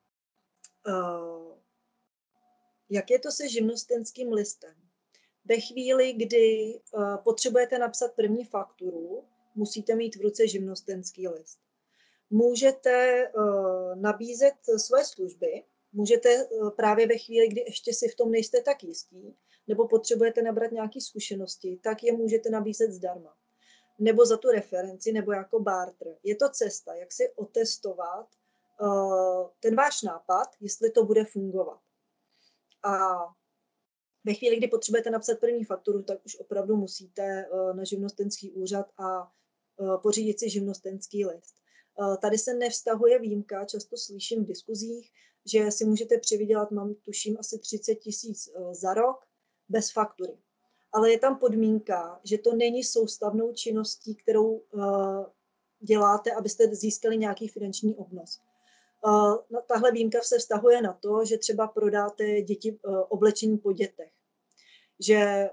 Jak je to se živnostenským listem? Ve chvíli, kdy potřebujete napsat první fakturu, musíte mít v ruce živnostenský list. Můžete nabízet svoje služby, můžete právě ve chvíli, kdy ještě si v tom nejste tak jistí, nebo potřebujete nabrat nějaké zkušenosti, tak je můžete nabízet zdarma. Nebo za tu referenci, nebo jako barter. Je to cesta, jak si otestovat ten váš nápad, jestli to bude fungovat. A ve chvíli, kdy potřebujete napsat první fakturu, tak už opravdu musíte na živnostenský úřad a pořídit si živnostenský list. Tady se nevztahuje výjimka, často slyším v diskuzích, že si můžete přivydělat, mám tuším asi 30 000 za rok bez faktury. Ale je tam podmínka, že to není soustavnou činností, kterou děláte, abyste získali nějaký finanční obnos. Tahle výjimka se vztahuje na to, že třeba prodáte děti oblečení po dětech, že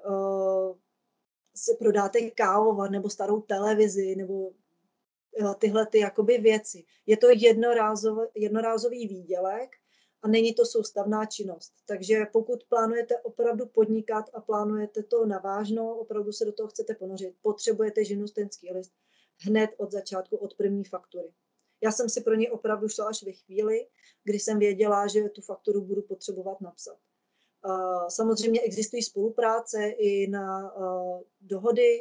se prodáte kávovar nebo starou televizi nebo tyhle ty jakoby věci. Je to jednorázový výdělek a není to soustavná činnost. Takže pokud plánujete opravdu podnikat a plánujete to navážno, opravdu se do toho chcete ponořit, potřebujete živnostenský list hned od začátku, od první faktury. Já jsem si pro něj opravdu šla až ve chvíli, kdy jsem věděla, že tu fakturu budu potřebovat napsat. Samozřejmě existují spolupráce i na dohody,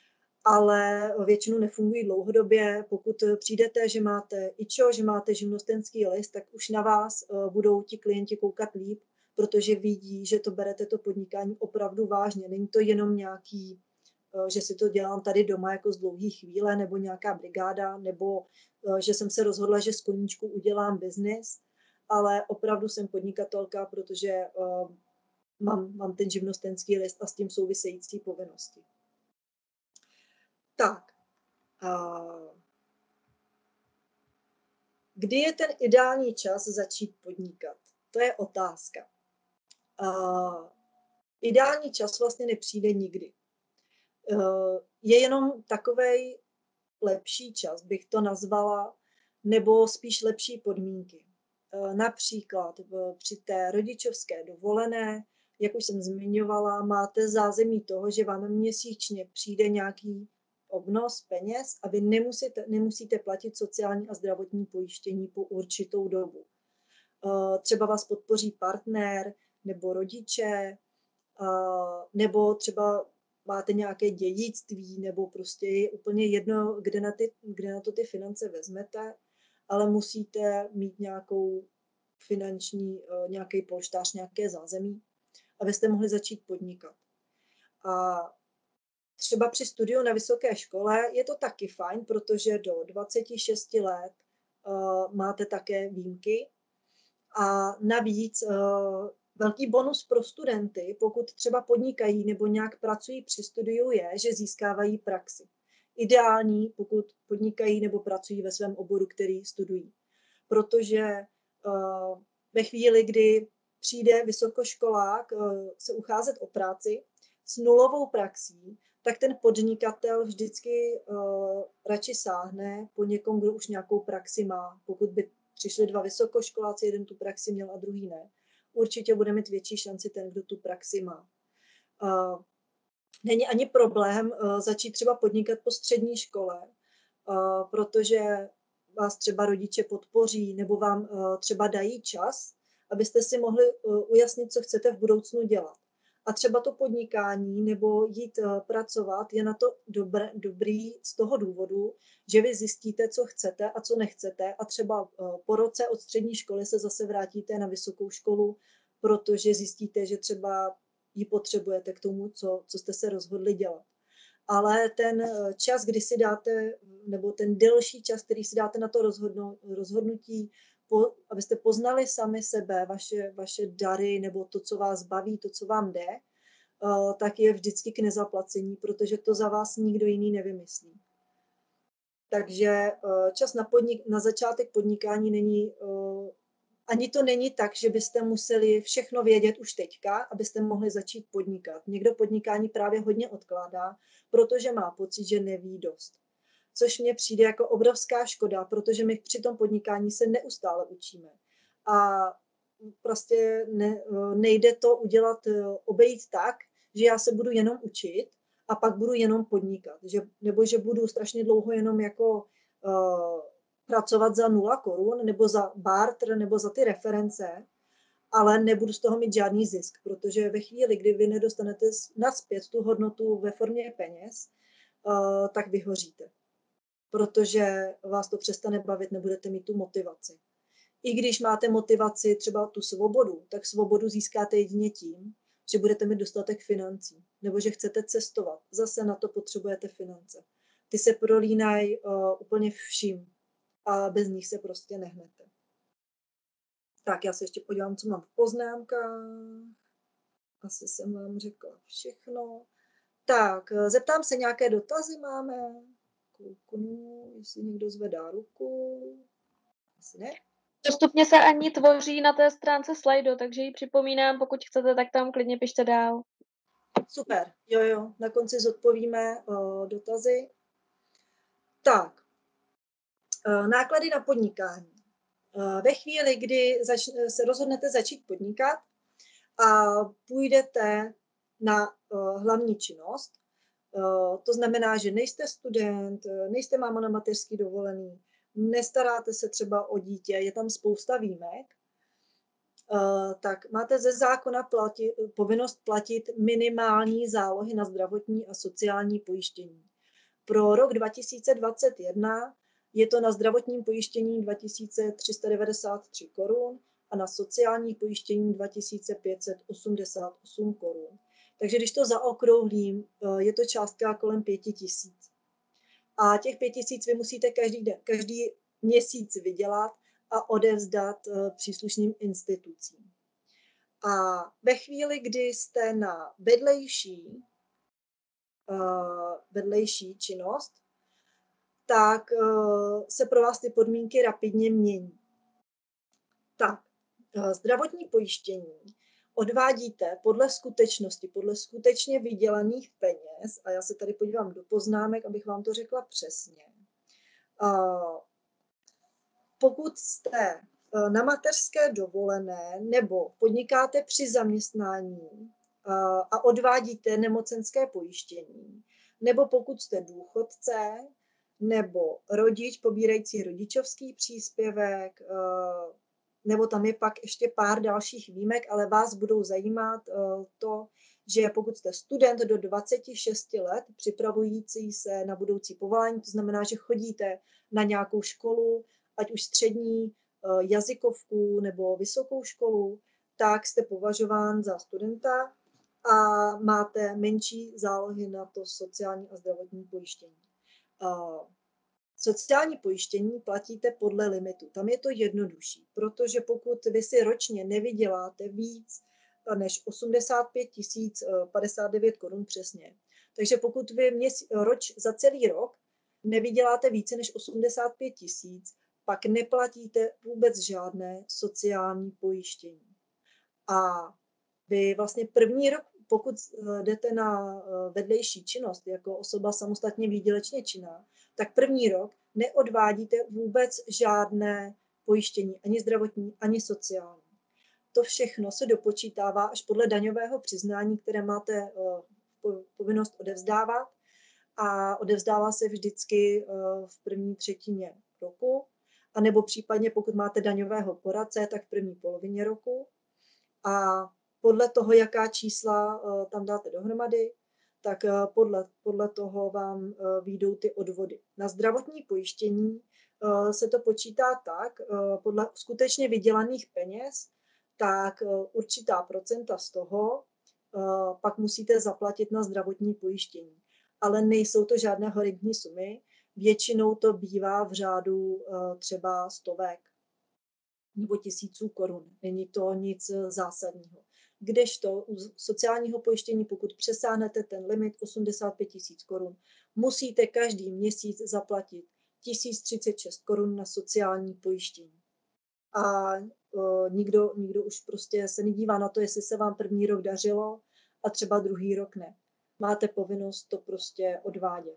ale většinou nefungují dlouhodobě. Pokud přijdete, že máte IČO, že máte živnostenský list, tak už na vás budou ti klienti koukat líp, protože vidí, že to berete to podnikání opravdu vážně. Není to jenom nějaký, že si to dělám tady doma jako z dlouhý chvíle, nebo nějaká brigáda, nebo že jsem se rozhodla, že z koníčku udělám biznis, ale opravdu jsem podnikatelka, protože mám ten živnostenský list a s tím související povinnosti. Tak. Kdy je ten ideální čas začít podnikat? To je otázka. Ideální čas vlastně nepřijde nikdy. Je jenom takovej lepší čas, bych to nazvala, nebo spíš lepší podmínky. Například při té rodičovské dovolené, jak už jsem zmiňovala, máte zázemí toho, že vám měsíčně přijde nějaký obnos peněz a vy nemusíte platit sociální a zdravotní pojištění po určitou dobu. Třeba vás podpoří partner nebo rodiče, nebo třeba máte nějaké dědictví, nebo prostě je úplně jedno, kde na to ty finance vezmete, ale musíte mít nějakou nějaký polštář, nějaké zázemí, abyste mohli začít podnikat. A třeba při studiu na vysoké škole je to taky fajn, protože do 26 let máte také výjimky a navíc velký bonus pro studenty, pokud třeba podnikají nebo nějak pracují při studiu, je, že získávají praxi. Ideální, pokud podnikají nebo pracují ve svém oboru, který studují. Protože ve chvíli, kdy přijde vysokoškolák se ucházet o práci s nulovou praxí, tak ten podnikatel vždycky radši sáhne po někom, kdo už nějakou praxi má. Pokud by přišli dva vysokoškoláci, jeden tu praxi měl a druhý ne, určitě bude mít větší šanci ten, kdo tu praxi má. Není ani problém začít třeba podnikat po střední škole, protože vás třeba rodiče podpoří nebo vám třeba dají čas, abyste si mohli ujasnit, co chcete v budoucnu dělat. A třeba to podnikání nebo jít pracovat je na to dobrý z toho důvodu, že vy zjistíte, co chcete a co nechcete a třeba po roce od střední školy se zase vrátíte na vysokou školu, protože zjistíte, že třeba ji potřebujete k tomu, co jste se rozhodli dělat. Ale ten čas, kdy si dáte, nebo ten delší čas, který si dáte na to rozhodnutí, abyste poznali sami sebe, vaše dary, nebo to, co vás baví, to, co vám jde, tak je vždycky k nezaplacení, protože to za vás nikdo jiný nevymyslí. Takže čas na začátek podnikání není, ani to není tak, že byste museli všechno vědět už teďka, abyste mohli začít podnikat. Někdo podnikání právě hodně odkládá, protože má pocit, že neví dost. Což mně přijde jako obrovská škoda, protože my při tom podnikání se neustále učíme. A prostě nejde to obejít tak, že já se budu jenom učit a pak budu jenom podnikat. Nebo že budu strašně dlouho jenom jako pracovat za 0 korun, nebo za barter, nebo za ty reference, ale nebudu z toho mít žádný zisk, protože ve chvíli, kdy vy nedostanete nazpět tu hodnotu ve formě peněz, tak vyhoříte. Protože vás to přestane bavit, nebudete mít tu motivaci. I když máte motivaci, třeba tu svobodu, tak svobodu získáte jedině tím, že budete mít dostatek financí, nebo že chcete cestovat. Zase na to potřebujete finance. Ty se prolínají úplně vším a bez nich se prostě nehnete. Tak, já se ještě podívám, co mám v poznámkách. Asi jsem vám řekla všechno. Tak, zeptám se, nějaké dotazy máme? Kouknu, jestli někdo zvedá ruku. Asi ne. Postupně se Ani tvoří na té stránce Slido, takže ji připomínám, pokud chcete, tak tam klidně pište dál. Super, jo, na konci zodpovíme dotazy. Tak, náklady na podnikání. Ve chvíli, kdy se rozhodnete začít podnikat a půjdete na hlavní činnost, to znamená, že nejste student, nejste máma na mateřský dovolený, nestaráte se třeba o dítě, je tam spousta výjimek, tak máte ze zákona povinnost platit minimální zálohy na zdravotní a sociální pojištění. Pro rok 2021 je to na zdravotním pojištění 2393 korun a na sociální pojištění 2588 korun. Takže když to zaokrouhlím, je to částka kolem 5000. A těch 5000 vy musíte každý měsíc vydělat a odevzdat příslušným institucím. A ve chvíli, kdy jste na vedlejší činnost, tak se pro vás ty podmínky rapidně mění. Tak, zdravotní pojištění odvádíte podle skutečnosti, podle skutečně vydělaných peněz, a já se tady podívám do poznámek, abych vám to řekla přesně. Pokud jste na mateřské dovolené nebo podnikáte při zaměstnání a odvádíte nemocenské pojištění, nebo pokud jste důchodce nebo rodič pobírající rodičovský příspěvek, nebo tam je pak ještě pár dalších výjimek, ale vás budou zajímat to, že pokud jste student do 26 let, připravující se na budoucí povolání, to znamená, že chodíte na nějakou školu, ať už střední, jazykovku nebo vysokou školu, tak jste považován za studenta a máte menší zálohy na to sociální a zdravotní pojištění. Sociální pojištění platíte podle limitu. Tam je to jednodušší, protože pokud vy si ročně nevyděláte víc než 85 059 korun přesně, takže pokud vy za celý rok nevyděláte více než 85 000, pak neplatíte vůbec žádné sociální pojištění. A vy vlastně první rok, pokud jdete na vedlejší činnost jako osoba samostatně výdělečně činná, tak první rok neodvádíte vůbec žádné pojištění, ani zdravotní, ani sociální. To všechno se dopočítává až podle daňového přiznání, které máte povinnost odevzdávat, a odevzdává se vždycky v první třetině roku, anebo případně pokud máte daňového poradce, tak v první polovině roku. A podle toho, jaká čísla tam dáte dohromady, tak podle toho vám vyjdou ty odvody. Na zdravotní pojištění se to počítá tak, podle skutečně vydělaných peněz, tak určitá procenta z toho pak musíte zaplatit na zdravotní pojištění. Ale nejsou to žádné horentní sumy, většinou to bývá v řádu třeba stovek nebo tisíců korun. Není to nic zásadního. Kdežto u sociálního pojištění, pokud přesáhnete ten limit 85 000 korun, musíte každý měsíc zaplatit 1036 korun na sociální pojištění. A nikdo už prostě se nedívá na to, jestli se vám první rok dařilo a třeba druhý rok ne. Máte povinnost to prostě odvádět.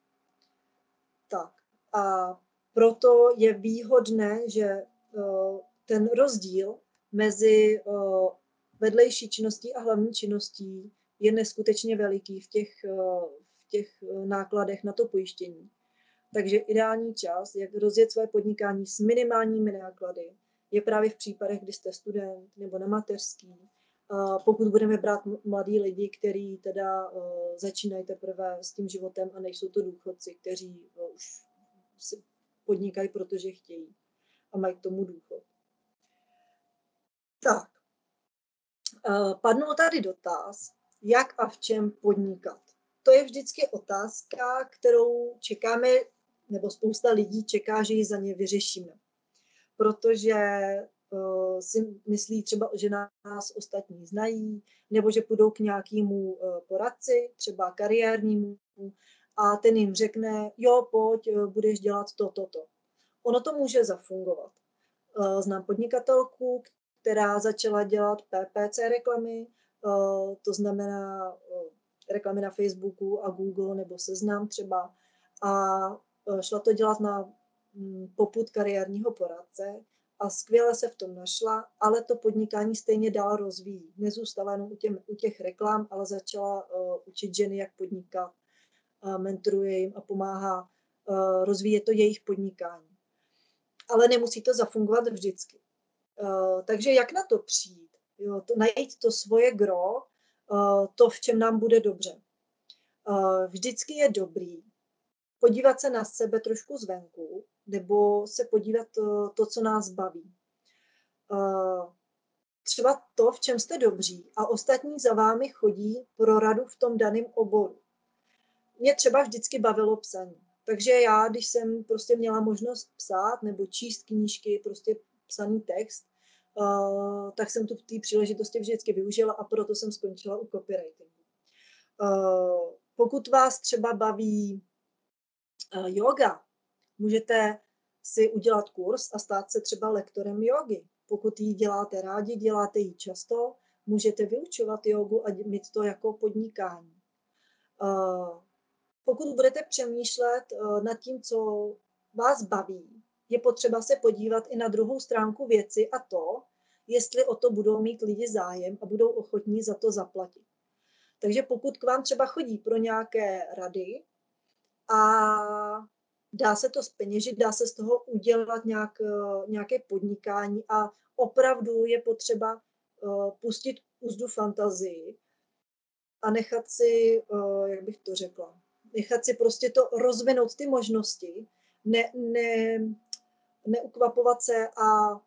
Tak. A proto je výhodné, že ten rozdíl mezi vedlejší činností a hlavní činností je neskutečně veliký v těch nákladech na to pojištění. Takže ideální čas, jak rozjet své podnikání s minimálními náklady, je právě v případech, kdy jste student nebo na mateřský. Pokud budeme brát mladí lidi, kteří teda začínají teprve s tím životem a nejsou to důchodci, kteří už si podnikají, protože chtějí a mají k tomu důchod. Tak, padnul tady dotaz, jak a v čem podnikat. To je vždycky otázka, kterou čekáme, nebo spousta lidí čeká, že ji za ně vyřešíme. Protože si myslí třeba, že nás ostatní znají, nebo že půjdou k nějakému poradci, třeba kariérnímu, a ten jim řekne, jo, pojď, budeš dělat to. Ono to může zafungovat. Znám podnikatelku, která začala dělat PPC reklamy, to znamená reklamy na Facebooku a Google nebo Seznam třeba, a šla to dělat na popud kariérního poradce a skvěle se v tom našla, ale to podnikání stejně dál rozvíjí. Nezůstala jenom u těch reklam, ale začala učit ženy, jak podnikat, mentoruje jim a pomáhá rozvíjet to jejich podnikání. Ale nemusí to zafungovat vždycky. Takže jak na to přijít? Jo, najít to svoje gro, to, v čem nám bude dobře. Vždycky je dobrý podívat se na sebe trošku zvenku, nebo se podívat to, co nás baví. Třeba to, v čem jste dobří a ostatní za vámi chodí pro radu v tom daném oboru. Mě třeba vždycky bavilo psaní. Takže já, když jsem prostě měla možnost psát nebo číst knížky, prostě psaný text, tak jsem tu v té příležitosti vždycky využila a proto jsem skončila u copywritingu. Pokud vás třeba baví yoga, můžete si udělat kurz a stát se třeba lektorem jógy. Pokud ji děláte rádi, děláte ji často, můžete vyučovat jógu a mít to jako podnikání. Pokud budete přemýšlet nad tím, co vás baví, je potřeba se podívat i na druhou stránku věci a to, jestli o to budou mít lidi zájem a budou ochotní za to zaplatit. Takže pokud k vám třeba chodí pro nějaké rady a dá se to zpeněžit, dá se z toho udělat nějaké podnikání a opravdu je potřeba pustit úzdu fantazii, a nechat si, jak bych to řekla, nechat si prostě to rozvinout ty možnosti, neukvapovat se a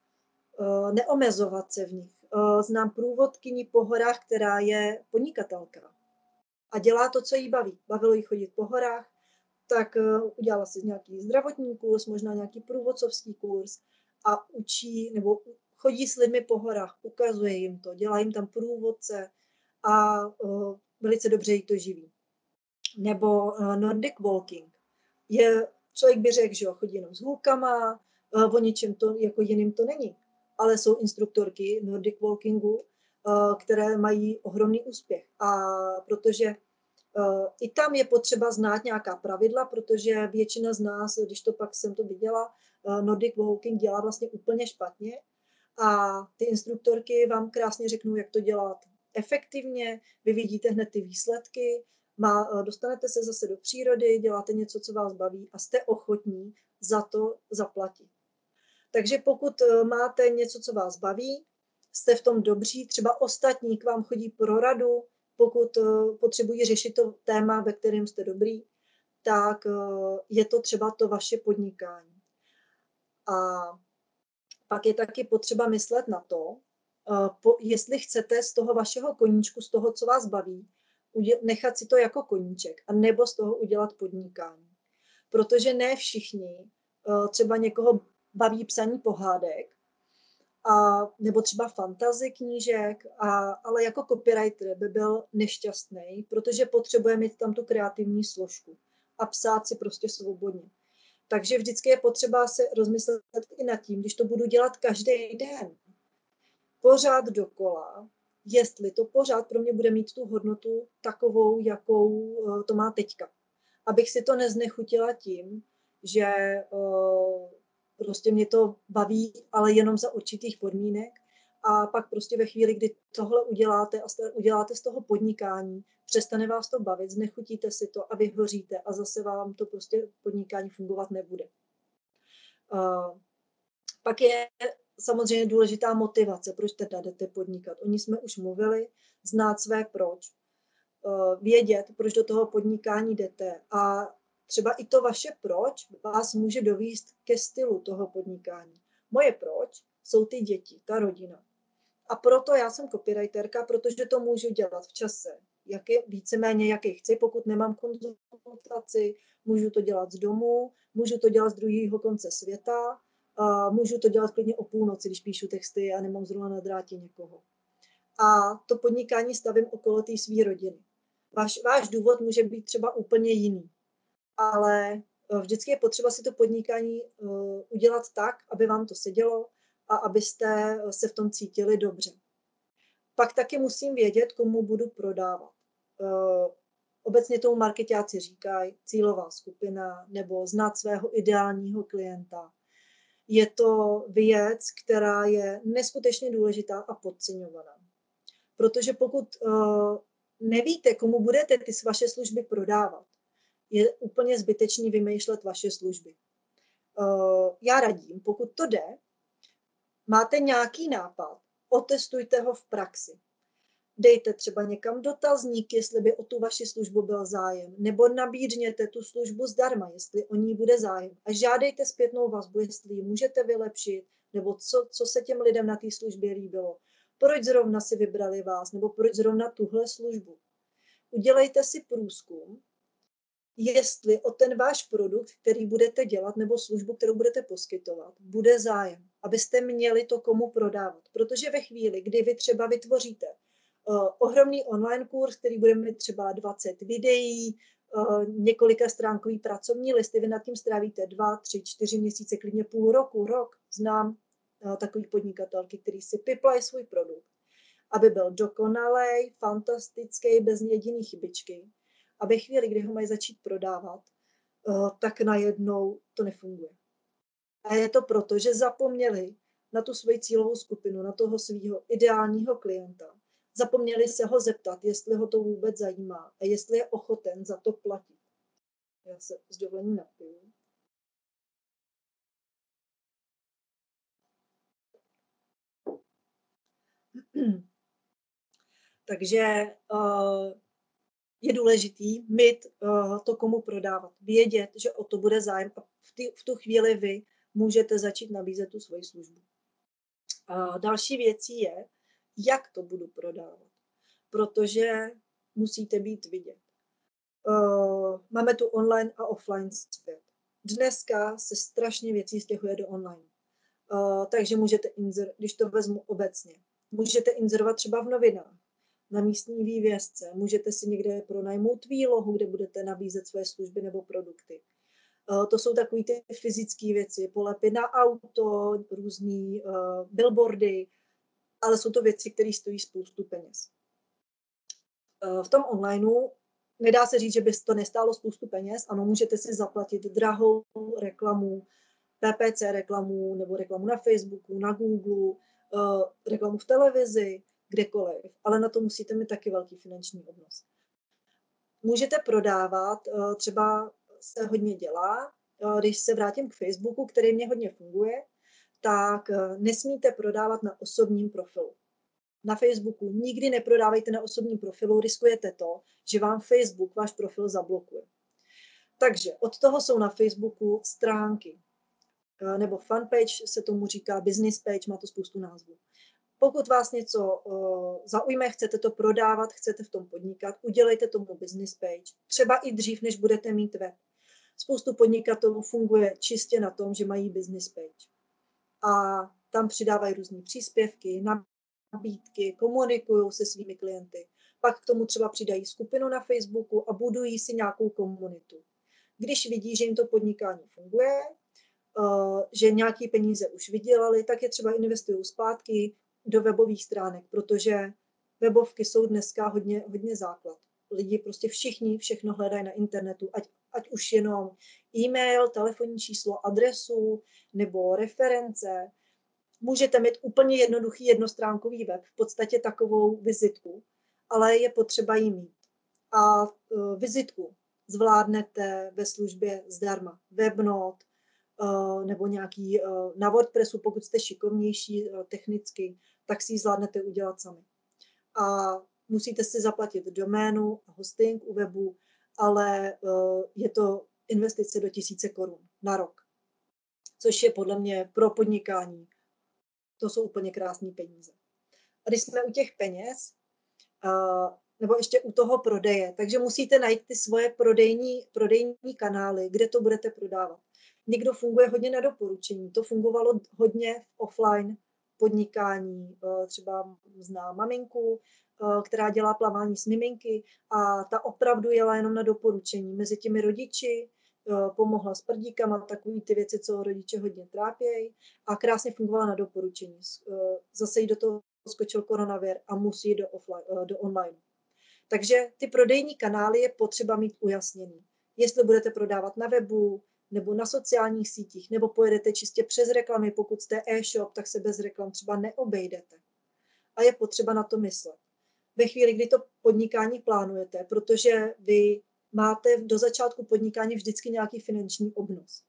neomezovat se v nich. Znám průvodkyni po horách, která je podnikatelka a dělá to, co jí baví. Bavilo jí chodit po horách, tak udělala si nějaký zdravotní kurz, možná nějaký průvodcovský kurz a učí nebo chodí s lidmi po horách, ukazuje jim to, dělá jim tam průvodce a velice dobře jí to živí. Nebo Nordic Walking. Člověk by řekl, že chodí jenom s hůlkama, o ničem to, jako jiným to není. Ale jsou instruktorky Nordic Walkingu, které mají ohromný úspěch. A protože i tam je potřeba znát nějaká pravidla, protože většina z nás, když to pak jsem to viděla, Nordic Walking dělá vlastně úplně špatně a ty instruktorky vám krásně řeknou, jak to dělat efektivně, vy vidíte hned ty výsledky, dostanete se zase do přírody, děláte něco, co vás baví a jste ochotní za to zaplatit. Takže pokud máte něco, co vás baví, jste v tom dobří, třeba ostatní k vám chodí pro radu, pokud potřebují řešit to téma, ve kterém jste dobrý, tak je to třeba to vaše podnikání. A pak je taky potřeba myslet na to, jestli chcete z toho vašeho koníčku, z toho, co vás baví, nechat si to jako koníček a nebo z toho udělat podnikání. Protože ne všichni, třeba někoho baví psaní pohádek, nebo třeba fantasy knížek, ale jako copywriter by byl nešťastný, protože potřebuje mít tam tu kreativní složku a psát si prostě svobodně. Takže vždycky je potřeba se rozmyslet i nad tím, když to budu dělat každý den, pořád dokola, jestli to pořád pro mě bude mít tu hodnotu takovou, jakou to má teďka. Abych si to neznechutila tím, že prostě mě to baví, ale jenom za určitých podmínek. A pak prostě ve chvíli, kdy tohle uděláte a uděláte z toho podnikání, přestane vás to bavit, znechutíte si to a vyhoříte a zase vám to prostě podnikání fungovat nebude. Pak je samozřejmě důležitá motivace, proč teda jdete podnikat. O ní jsme už mluvili, znát své proč, vědět, proč do toho podnikání jdete a třeba i to vaše proč vás může dovést ke stylu toho podnikání. Moje proč jsou ty děti, ta rodina. A proto já jsem copywriterka, protože to můžu dělat v čase, víceméně jaký chci, pokud nemám konzultaci, můžu to dělat z domu, můžu to dělat z druhého konce světa, můžu to dělat klidně o půlnoci, když píšu texty a nemám zrovna na drátě někoho. A to podnikání stavím okolo té své rodiny. Váš důvod může být třeba úplně jiný, ale vždycky je potřeba si to podnikání udělat tak, aby vám to sedělo a abyste se v tom cítili dobře. Pak taky musím vědět, komu budu prodávat. Obecně tomu marketáci říkají cílová skupina nebo znát svého ideálního klienta. Je to věc, která je neskutečně důležitá a podceňovaná. Protože pokud nevíte, komu budete ty vaše služby prodávat, je úplně zbytečný vymýšlet vaše služby. Já radím, pokud to jde, máte nějaký nápad, otestujte ho v praxi. Dejte třeba někam dotazník, jestli by o tu vaši službu byl zájem, nebo nabídněte tu službu zdarma, jestli o ní bude zájem. A žádejte zpětnou vazbu, jestli ji můžete vylepšit, nebo co se těm lidem na té službě líbilo. Proč zrovna si vybrali vás, nebo proč zrovna tuhle službu. Udělejte si průzkum, jestli o ten váš produkt, který budete dělat, nebo službu, kterou budete poskytovat, bude zájem, abyste měli to komu prodávat. Protože ve chvíli, kdy vy třeba vytvoříte ohromný online kurz, který bude mít třeba 20 videí, několika stránkový pracovní listy, vy nad tím strávíte 2, 3, 4 měsíce, klidně půl roku, rok. Znám takový podnikatelky, který si piplají svůj produkt, aby byl dokonalej, fantastický, bez jediný chybičky. A ve chvíli, kdy ho mají začít prodávat, tak najednou to nefunguje. A je to proto, že zapomněli na tu svoji cílovou skupinu, na toho svého ideálního klienta. Zapomněli se ho zeptat, jestli ho to vůbec zajímá a jestli je ochoten za to platit. Já se s dovolením napiju. Takže je důležitý mít to, komu prodávat. Vědět, že o to bude zájem a v tu chvíli vy můžete začít nabízet tu svoji službu. Další věcí je, jak to budu prodávat. Protože musíte být vidět. Máme tu online a offline svět. Dneska se strašně věcí stěhuje do online. Takže můžete když to vezmu obecně, můžete inzerovat třeba v novinách, na místní vývězce, můžete si někde pronajmout výlohu, kde budete nabízet své služby nebo produkty. To jsou takové ty fyzické věci, polepy na auto, různý billboardy, ale jsou to věci, které stojí spoustu peněz. V tom onlineu nedá se říct, že by to nestálo spoustu peněz. Ano, můžete si zaplatit drahou reklamu, PPC reklamu nebo reklamu na Facebooku, na Google, reklamu v televizi, kdekoliv, ale na to musíte mít taky velký finanční obnos. Můžete prodávat, třeba se hodně dělá, když se vrátím k Facebooku, který mě hodně funguje, tak nesmíte prodávat na osobním profilu. Na Facebooku nikdy neprodávejte na osobním profilu, riskujete to, že vám Facebook váš profil zablokuje. Takže od toho jsou na Facebooku stránky, nebo fanpage se tomu říká, business page, má to spoustu názvů. Pokud vás něco zaujme, chcete to prodávat, chcete v tom podnikat, udělejte tomu business page. Třeba i dřív, než budete mít web. Spoustu podnikatelů funguje čistě na tom, že mají business page. A tam přidávají různé příspěvky, nabídky, komunikují se svými klienty. Pak k tomu třeba přidají skupinu na Facebooku a budují si nějakou komunitu. Když vidí, že jim to podnikání funguje, že nějaký peníze už vydělali, tak je třeba investují zpátky do webových stránek, protože webovky jsou dneska hodně základ. Lidi prostě všichni všechno hledají na internetu, ať už jenom e-mail, telefonní číslo, adresu nebo reference. Můžete mít úplně jednoduchý jednostránkový web, v podstatě takovou vizitku, ale je potřeba ji mít. A vizitku zvládnete ve službě zdarma. Webnote, nebo nějaký na WordPressu, pokud jste šikovnější technicky, tak si ji zvládnete udělat sami. A musíte si zaplatit doménu a hosting u webu, ale je to investice do 1000 korun na rok, což je podle mě pro podnikání. To jsou úplně krásné peníze. A když jsme u těch peněz, nebo ještě u toho prodeje, takže musíte najít ty svoje prodejní kanály, kde to budete prodávat. Někdo funguje hodně na doporučení. To fungovalo hodně v offline podnikání. Třeba znám maminku, která dělá plavání s miminky a ta opravdu jela jenom na doporučení. Mezi těmi rodiči pomohla s prdíkama, takový ty věci, co rodiče hodně trápějí a krásně fungovala na doporučení. Zase jí do toho skočil koronavir a musí jít do online. Takže ty prodejní kanály je potřeba mít ujasněný. Jestli budete prodávat na webu, nebo na sociálních sítích, nebo pojedete čistě přes reklamy, pokud jste e-shop, tak se bez reklam třeba neobejdete. A je potřeba na to myslet. Ve chvíli, kdy to podnikání plánujete, protože vy máte do začátku podnikání vždycky nějaký finanční obnos.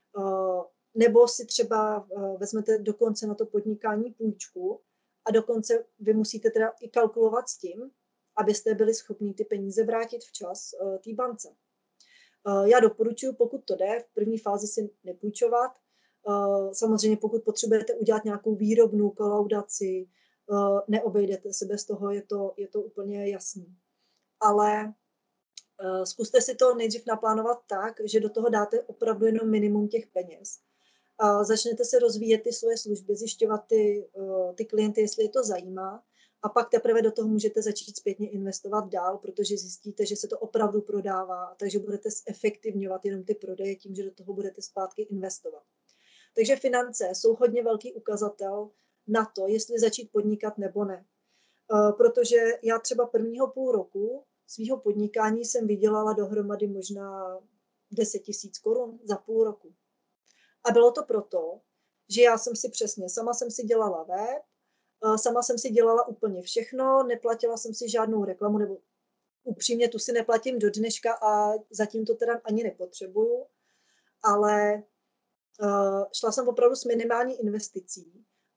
Nebo si třeba vezmete dokonce na to podnikání půjčku a dokonce vy musíte teda i kalkulovat s tím, abyste byli schopni ty peníze vrátit včas té bance. Já doporučuji, pokud to jde, v první fázi si nepůjčovat. Samozřejmě pokud potřebujete udělat nějakou výrobnou kolaudaci, neobejdete se bez toho, je to úplně jasný. Ale zkuste si to nejdřív naplánovat tak, že do toho dáte opravdu jenom minimum těch peněz. Začnete se rozvíjet ty svoje služby, zjišťovat ty klienty, jestli je to zajímá. A pak teprve do toho můžete začít zpětně investovat dál, protože zjistíte, že se to opravdu prodává, takže budete zefektivňovat jenom ty prodeje tím, že do toho budete zpátky investovat. Takže finance jsou hodně velký ukazatel na to, jestli začít podnikat nebo ne. Protože já třeba prvního půl roku svého podnikání jsem vydělala dohromady možná 10 000 korun za půl roku. A bylo to proto, že já jsem si sama jsem si dělala web, sama jsem si dělala úplně všechno, neplatila jsem si žádnou reklamu, nebo upřímně tu si neplatím do dneška a zatím to teda ani nepotřebuju, ale šla jsem opravdu s minimální investicí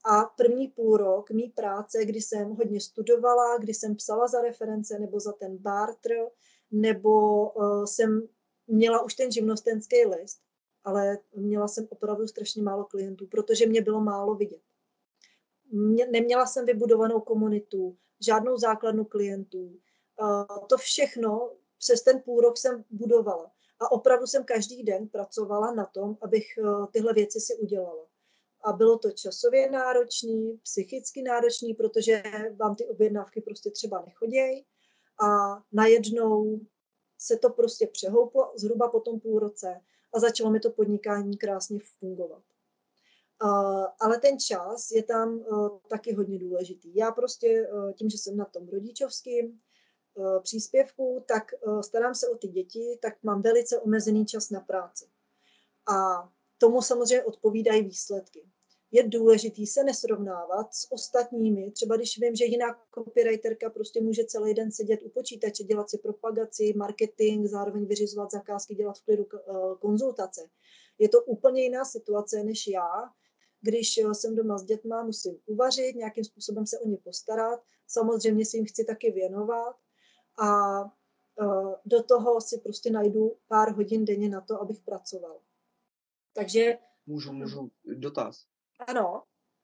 A první půlrok mý práce, kdy jsem hodně studovala, kdy jsem psala za reference nebo za ten bartr, nebo jsem měla už ten živnostenský list, ale měla jsem opravdu strašně málo klientů, protože mě bylo málo vidět. Neměla jsem vybudovanou komunitu, žádnou základnu klientů. To všechno přes ten půlrok jsem budovala. A opravdu jsem každý den pracovala na tom, abych tyhle věci si udělala. A bylo to časově náročný, psychicky náročný, protože vám ty objednávky prostě třeba nechodějí. A najednou se to prostě přehouplo zhruba po tom půl roce a začalo mi to podnikání krásně fungovat. Ale ten čas je tam taky hodně důležitý. Já prostě tím, že jsem na tom rodičovském příspěvku, tak starám se o ty děti, tak mám velice omezený čas na práci. A tomu samozřejmě odpovídají výsledky. Je důležitý se nesrovnávat s ostatními, třeba když vím, že jiná copywriterka prostě může celý den sedět u počítače, dělat si propagaci, marketing, zároveň vyřizovat zakázky, dělat v klidu konzultace. Je to úplně jiná situace než já, když jsem doma s dětma, musím uvařit, nějakým způsobem se o ně postarat, samozřejmě si jim chci taky věnovat a do toho si prostě najdu pár hodin denně na to, abych pracoval. Takže... Můžu dotaz. Ano.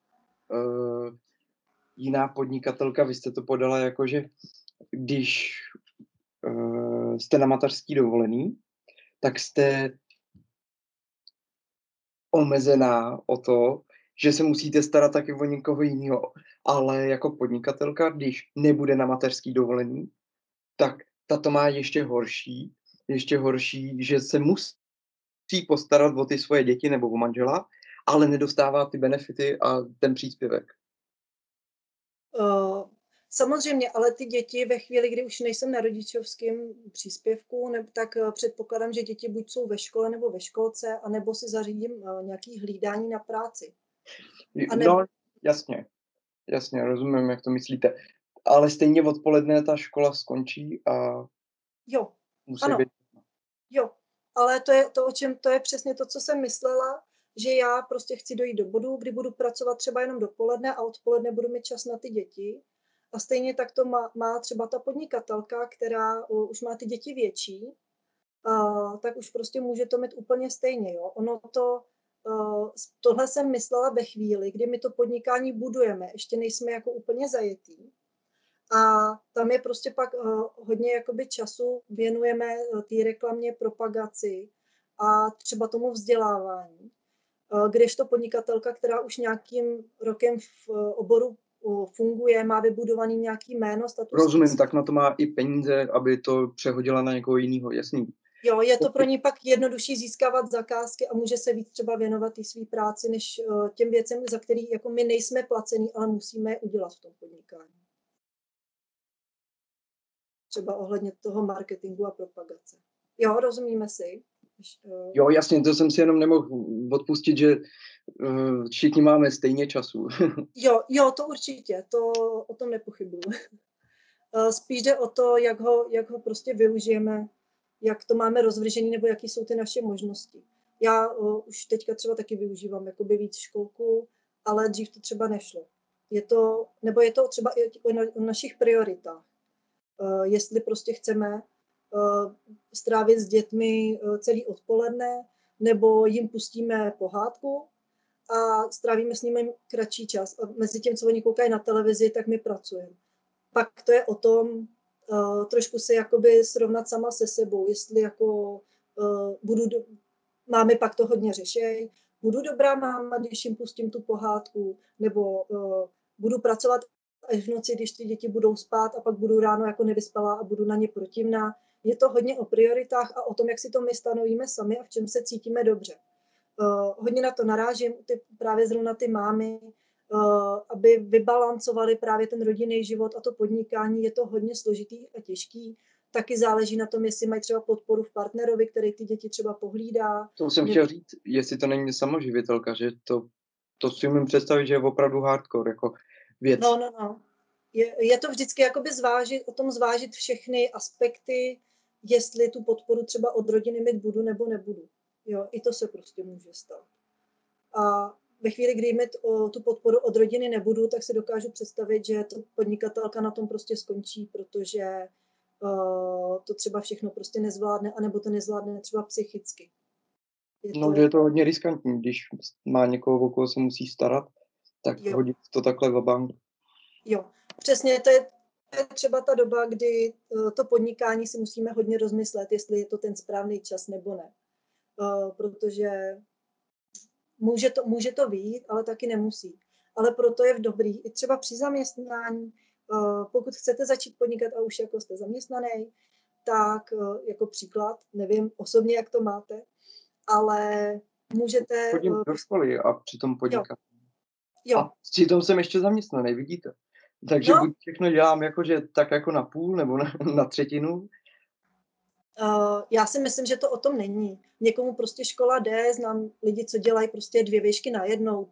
Jiná podnikatelka, vy jste to podala jako, že když jste na mateřský dovolený, tak jste omezená o to, že se musíte starat taky o někoho jiného. Ale jako podnikatelka, když nebude na mateřský dovolený, tak ta to má ještě horší, že se musí postarat o ty svoje děti nebo o manžela, ale nedostává ty benefity a ten příspěvek. Samozřejmě, ale ty děti ve chvíli, kdy už nejsem na rodičovském příspěvku, tak předpokládám, že děti buď jsou ve škole nebo ve školce, anebo si zařídím nějaké hlídání na práci. No, jasně, rozumím, jak to myslíte. Ale stejně odpoledne ta škola skončí a jo, musí ano. být. Jo, ale to je přesně to, co jsem myslela, že já prostě chci dojít do bodu, kdy budu pracovat třeba jenom dopoledne a odpoledne budu mít čas na ty děti. A stejně tak to má třeba ta podnikatelka, která už má ty děti větší, tak už prostě může to mít úplně stejně. Jo? Tohle jsem myslela ve chvíli, kdy my to podnikání budujeme, ještě nejsme jako úplně zajetý. A tam je prostě pak hodně jakoby času věnujeme té reklamě, propagaci a třeba tomu vzdělávání. Kdežto podnikatelka, která už nějakým rokem v oboru funguje, má vybudovaný nějaký jméno, status. Rozumím, tak na to má i peníze, aby to přehodila na někoho jiného, jasný. Jo, je to pro ní pak jednodušší získávat zakázky a může se víc třeba věnovat i své práci, než těm věcem, za který jako my nejsme placení, ale musíme je udělat v tom podnikání. Třeba ohledně toho marketingu a propagace. Jo, rozumíme si? Jo, jasně, to jsem si jenom nemohl odpustit, že všichni máme stejně času. Jo, to určitě, to o tom nepochybuju. Spíš jde o to, jak ho prostě využijeme, jak to máme rozvržený, nebo jaký jsou ty naše možnosti. Já už teďka třeba taky využívám jakoby víc školku, ale dřív to třeba nešlo. Je to třeba i o našich prioritách. Jestli prostě chceme strávit s dětmi celý odpoledne, nebo jim pustíme pohádku a strávíme s nimi kratší čas. A mezi tím, co oni koukají na televizi, tak my pracujeme. Pak to je o tom trošku se jakoby srovnat sama se sebou, jestli jako máme pak to hodně řešej, budu dobrá máma, když jim pustím tu pohádku, nebo budu pracovat až v noci, když ty děti budou spát a pak budu ráno jako nevyspalá a budu na ně protivná. Je to hodně o prioritách a o tom, jak si to my stanovíme sami a v čem se cítíme dobře. Hodně na to narážím, právě zrovna ty mámy, aby vybalancovali právě ten rodinný život a to podnikání. Je to hodně složitý a těžký. Taky záleží na tom, jestli mají třeba podporu v partnerovi, který ty děti třeba pohlídá. To jsem chtěl říct, jestli to není samoživitelka, že to si umím představit, že je opravdu hardcore jako věc. No. Je to vždycky jakoby zvážit všechny aspekty, jestli tu podporu třeba od rodiny mít budu nebo nebudu. Jo, i to se prostě může stát. A ve chvíli, kdy mít tu podporu od rodiny nebudu, tak si dokážu představit, že to podnikatelka na tom prostě skončí, protože to třeba všechno prostě nezvládne, anebo to nezvládne třeba psychicky. No, že je to hodně riskantní, když má někoho, o koho se musí starat, tak Jo. hodit to takhle vabank. Jo, přesně, to je třeba ta doba, kdy to podnikání si musíme hodně rozmyslet, jestli je to ten správný čas nebo ne. Protože může to být, ale taky nemusí. Ale proto je dobrý, i třeba při zaměstnání, pokud chcete začít podnikat a už jako jste zaměstnaný, tak jako příklad, nevím osobně, jak to máte, ale můžete... Chodím do školy a přitom podnikám. Jo. A přitom jsem ještě zaměstnaný, vidíte? Takže buď všechno dělám jakože tak jako na půl nebo na třetinu. Já si myslím, že to o tom není. Někomu prostě škola jde, znám lidi, co dělají prostě 2 výšky najednou.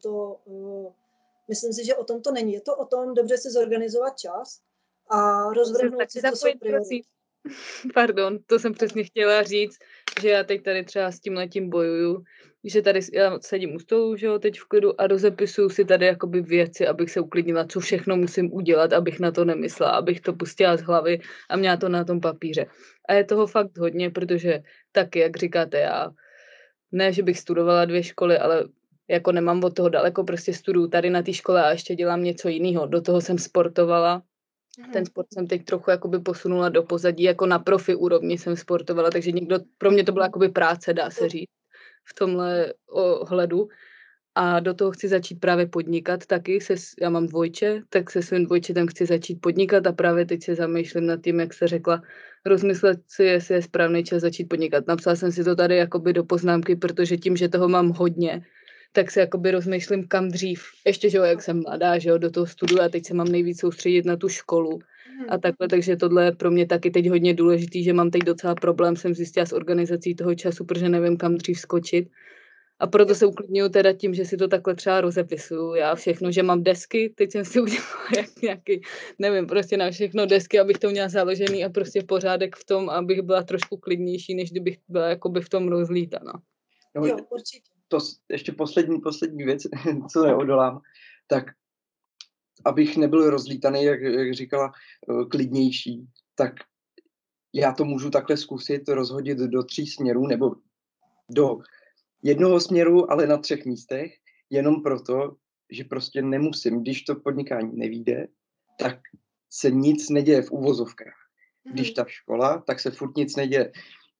Myslím si, že o tom to není. Je to o tom dobře si zorganizovat čas a rozvrhnout si, co jsou priority. Pardon, to jsem přesně chtěla říct, že já teď tady třeba s tímhletím bojuju, že tady já sedím u stolu, že jo, teď v klidu a rozepisuju si tady jakoby věci, abych se uklidnila, co všechno musím udělat, abych na to nemyslela, abych to pustila z hlavy a měla to na tom papíře. A je toho fakt hodně, protože taky, jak říkáte, já ne, že bych studovala 2 školy, ale jako nemám od toho daleko, prostě studuju tady na té škole a ještě dělám něco jiného. Do toho jsem sportovala. Ten sport jsem teď trochu jakoby posunula do pozadí, jako na profi úrovni jsem sportovala, takže pro mě to byla jakoby práce, dá se říct, v tomhle ohledu. A do toho chci začít právě podnikat taky, já mám dvojče, tak se svým dvojčetem chci začít podnikat a právě teď se zamýšlím nad tím, jak se řekla, rozmyslet si, jestli je správný čas začít podnikat. Napsala jsem si to tady jakoby do poznámky, protože tím, že toho mám hodně, tak se jakoby rozmýšlím kam dřív. Ještě, že jo, jak jsem mladá, že jo, do toho studu a teď se mám nejvíc soustředit na tu školu a takhle, takže tohle je pro mě taky teď hodně důležitý, že mám teď docela problém, jsem zjistila s organizací toho času, protože nevím, kam dřív skočit. A proto se uklidňuju teda tím, že si to takhle třeba rozepisuju. Já všechno, že mám desky, teď jsem si udělala nějaký, nevím, prostě na všechno desky, abych to měla založený a prostě pořádek v tom, abych byla trošku klidnější, než kdybych byla jakoby v tom rozlítaná. No, jo, určitě. To ještě poslední věc, co neodolám, tak abych nebyl rozlítaný, jak říkala, klidnější, tak já to můžu takhle zkusit rozhodit do 3 směrů, nebo do 1 směru, ale na 3 místech, jenom proto, že prostě nemusím. Když to podnikání nevyjde, tak se nic neděje v uvozovkách. Když ta škola, tak se furt nic neděje.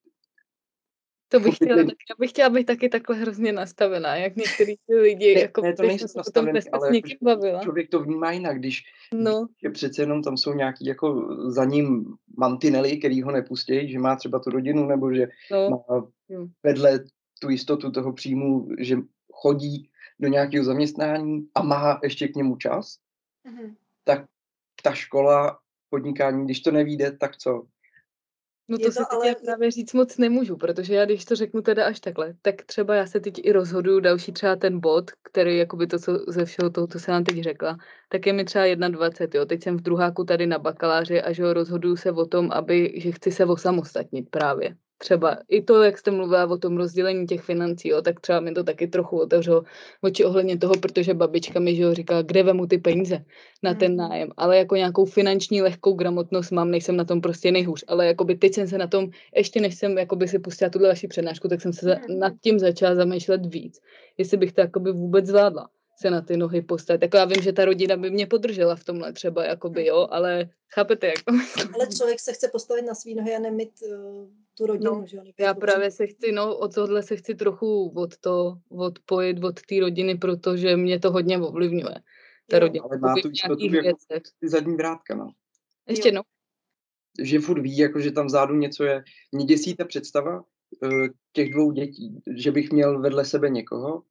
To bych chtěla, tak já bych chtěla být taky takhle hrozně nastavená, jak některý ty lidi, jako ne, to nejsem nastavený, ale člověk to vnímá jinak, když je přece jenom tam jsou nějaký jako za ním mantinely, který ho nepustí, že má třeba tu rodinu, nebo že má vedle tu jistotu toho příjmu, že chodí do nějakého zaměstnání a má ještě k němu čas, tak ta škola, podnikání, když to nevyjde, tak co? No to se teď právě říct moc nemůžu, protože já když to řeknu teda až takhle, tak třeba já se teď i rozhoduju další třeba ten bod, který jakoby to, co ze všeho toho, co jsem vám teď řekla, tak je mi třeba 21, jo. Teď jsem v druháku tady na bakaláři a že rozhoduju se o tom, že chci se osamostatnit právě. Třeba i to, jak jste mluvila o tom rozdělení těch financí, jo, tak třeba mi to taky trochu otevřelo oči ohledně toho, protože babička mi, že jo, říkala, kde vemu ty peníze na ten nájem, ale jako nějakou finanční lehkou gramotnost mám, nejsem na tom prostě nejhůř, ale jakoby teď jsem se na tom, ještě než jsem jakoby si pustila tuhle vaši přednášku, tak jsem se nad tím začala zamýšlet víc, jestli bych to jakoby vůbec zvládla se na ty nohy postavit. Tak já vím, že ta rodina by mě podržela v tomhle třeba, jakoby, jo, ale chápete, jak to myslím? Ale člověk se chce postavit na svý nohy a nemít tu rodinu, že jo? Já právě se chci, od tohle se chci trochu odpojit od té rodiny, protože mě to hodně ovlivňuje. Ta rodina. Ale má tu jistotu jako ty zadní vrátka, no. Ještě jednou. Že furt ví, jako, že tam vzadu něco je. Mě děsí ta představa těch 2 dětí, že bych měl vedle sebe někoho,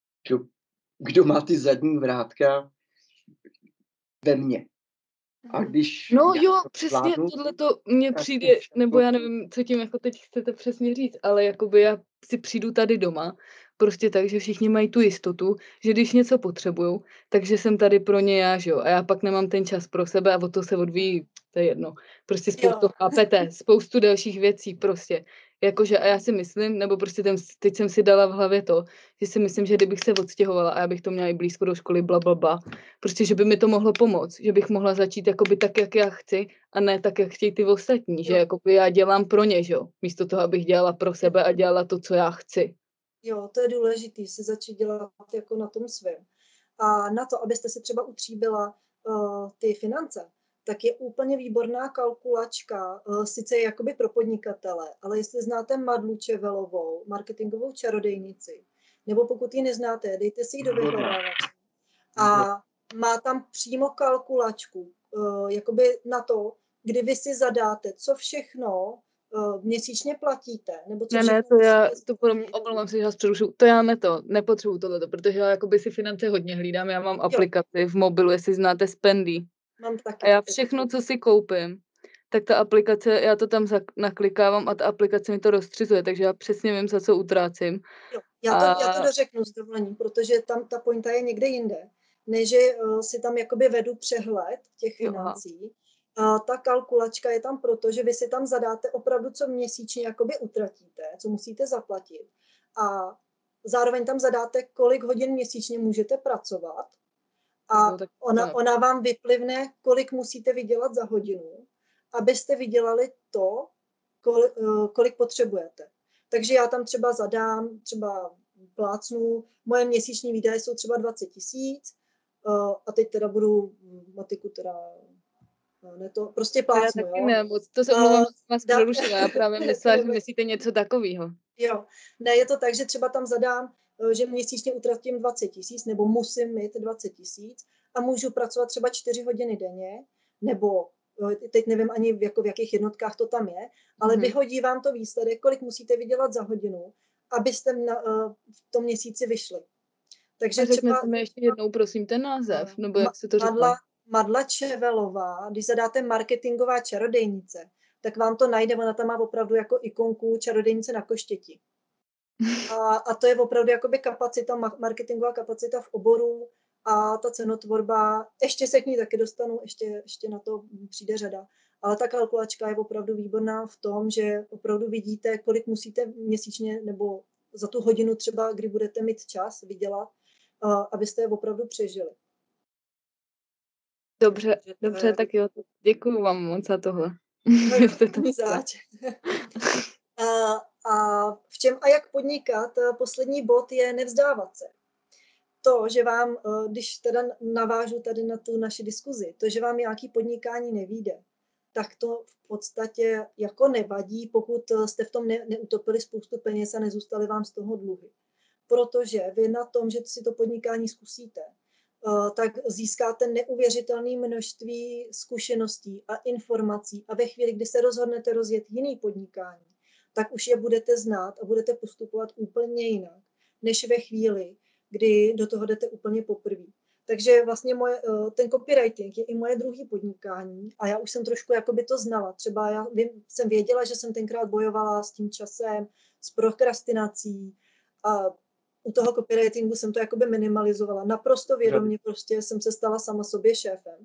kdo má ty zadní vrátka ve mně. A když přesně, tohle to mně přijde, nebo já nevím, co tím jako teď chcete přesně říct, ale jakoby já si přijdu tady doma, prostě tak, že všichni mají tu jistotu, že když něco potřebujou, takže jsem tady pro ně já, že jo, a já pak nemám ten čas pro sebe a o to se odvíjí to je jedno. Prostě Jo. spoustu chápete, spoustu dalších věcí prostě. Jakože a já si myslím, nebo prostě teď jsem si dala v hlavě to, že si myslím, že kdybych se odstěhovala a já bych to měla i blízko do školy, blablabla, prostě, že by mi to mohlo pomoct, že bych mohla začít jakoby tak, jak já chci a ne tak, jak chtějí ty ostatní, že Jo. jakoby já dělám pro ně, že jo, místo toho, abych dělala pro sebe a dělala to, co já chci. Jo, to je důležité, si začít dělat jako na tom svém. A na to, abyste si třeba utříbila ty finance, tak je úplně výborná kalkulačka, sice je jakoby pro podnikatele, ale jestli znáte Madlu Čevelovou, marketingovou čarodejnici, nebo pokud ji neznáte, dejte si ji do vyhledávače. A má tam přímo kalkulačku, jakoby na to, kdy vy si zadáte, co všechno měsíčně platíte, nebo co všechno omlouvám se, že vás přerušu, nepotřebuju tohleto, protože já jakoby si finance hodně hlídám, já mám aplikaci v mobilu, jestli znáte Spendy. Mám taky. A já všechno, co si koupím, tak ta aplikace, já to tam naklikávám a ta aplikace mi to rozstřizuje, takže já přesně vím, za co utrácím. Jo, já to dořeknu s dovolením, protože tam ta pointa je někde jinde, než že si tam jakoby vedu přehled těch financí. A ta kalkulačka je tam proto, že vy si tam zadáte opravdu, co měsíčně jakoby utratíte, co musíte zaplatit. A zároveň tam zadáte, kolik hodin měsíčně můžete pracovat. A ona vám vyplivne, kolik musíte vydělat za hodinu, abyste vydělali to, kolik potřebujete. Takže já tam třeba zadám, třeba plácnu, moje měsíční výdaje jsou třeba 20 000 a teď teda budu matiku teda prostě plácnu, jo. Ne, to se omlouvám, vás přerušila, já právě myslela, že myslíte něco takového. Jo, ne, je to tak, že třeba tam zadám, že měsíčně utratím 20 000 nebo musím mít 20 000 a můžu pracovat třeba 4 hodiny denně, nebo teď nevím ani v jakých jednotkách to tam je, ale vyhodí vám to výsledek, kolik musíte vydělat za hodinu, abyste v tom měsíci vyšli. Takže řekněte mi ještě jednou, prosím, ten název, nebo jak se to říká? Madla Čevelová, když zadáte marketingová čarodejnice, tak vám to najde, ona tam má opravdu jako ikonku čarodejnice na koštěti. A to je opravdu jakoby kapacita, marketingová kapacita v oboru a ta cenotvorba, ještě se k ní taky dostanu, ještě na to přijde řada. Ale ta kalkulačka je opravdu výborná v tom, že opravdu vidíte, kolik musíte měsíčně nebo za tu hodinu třeba, kdy budete mít čas vydělat, abyste je opravdu přežili. Dobře, tak jo, děkuju vám moc za tohle. A v čem a jak podnikat, poslední bod je nevzdávat se. To, že vám, když teda navážu tady na tu naši diskuzi, to, že vám nějaký podnikání nevyjde, tak to v podstatě jako nevadí, pokud jste v tom neutopili spoustu peněz a nezůstaly vám z toho dluhy. Protože vy na tom, že si to podnikání zkusíte, tak získáte neuvěřitelné množství zkušeností a informací a ve chvíli, kdy se rozhodnete rozjet jiný podnikání, tak už je budete znát a budete postupovat úplně jinak, než ve chvíli, kdy do toho jdete úplně poprvé. Takže vlastně ten copywriting je i moje druhé podnikání a já už jsem trošku jakoby to znala. Třeba já jsem věděla, že jsem tenkrát bojovala s tím časem, s prokrastinací a u toho copywritingu jsem to jakoby minimalizovala. Naprosto vědomě prostě jsem se stala sama sobě šéfem.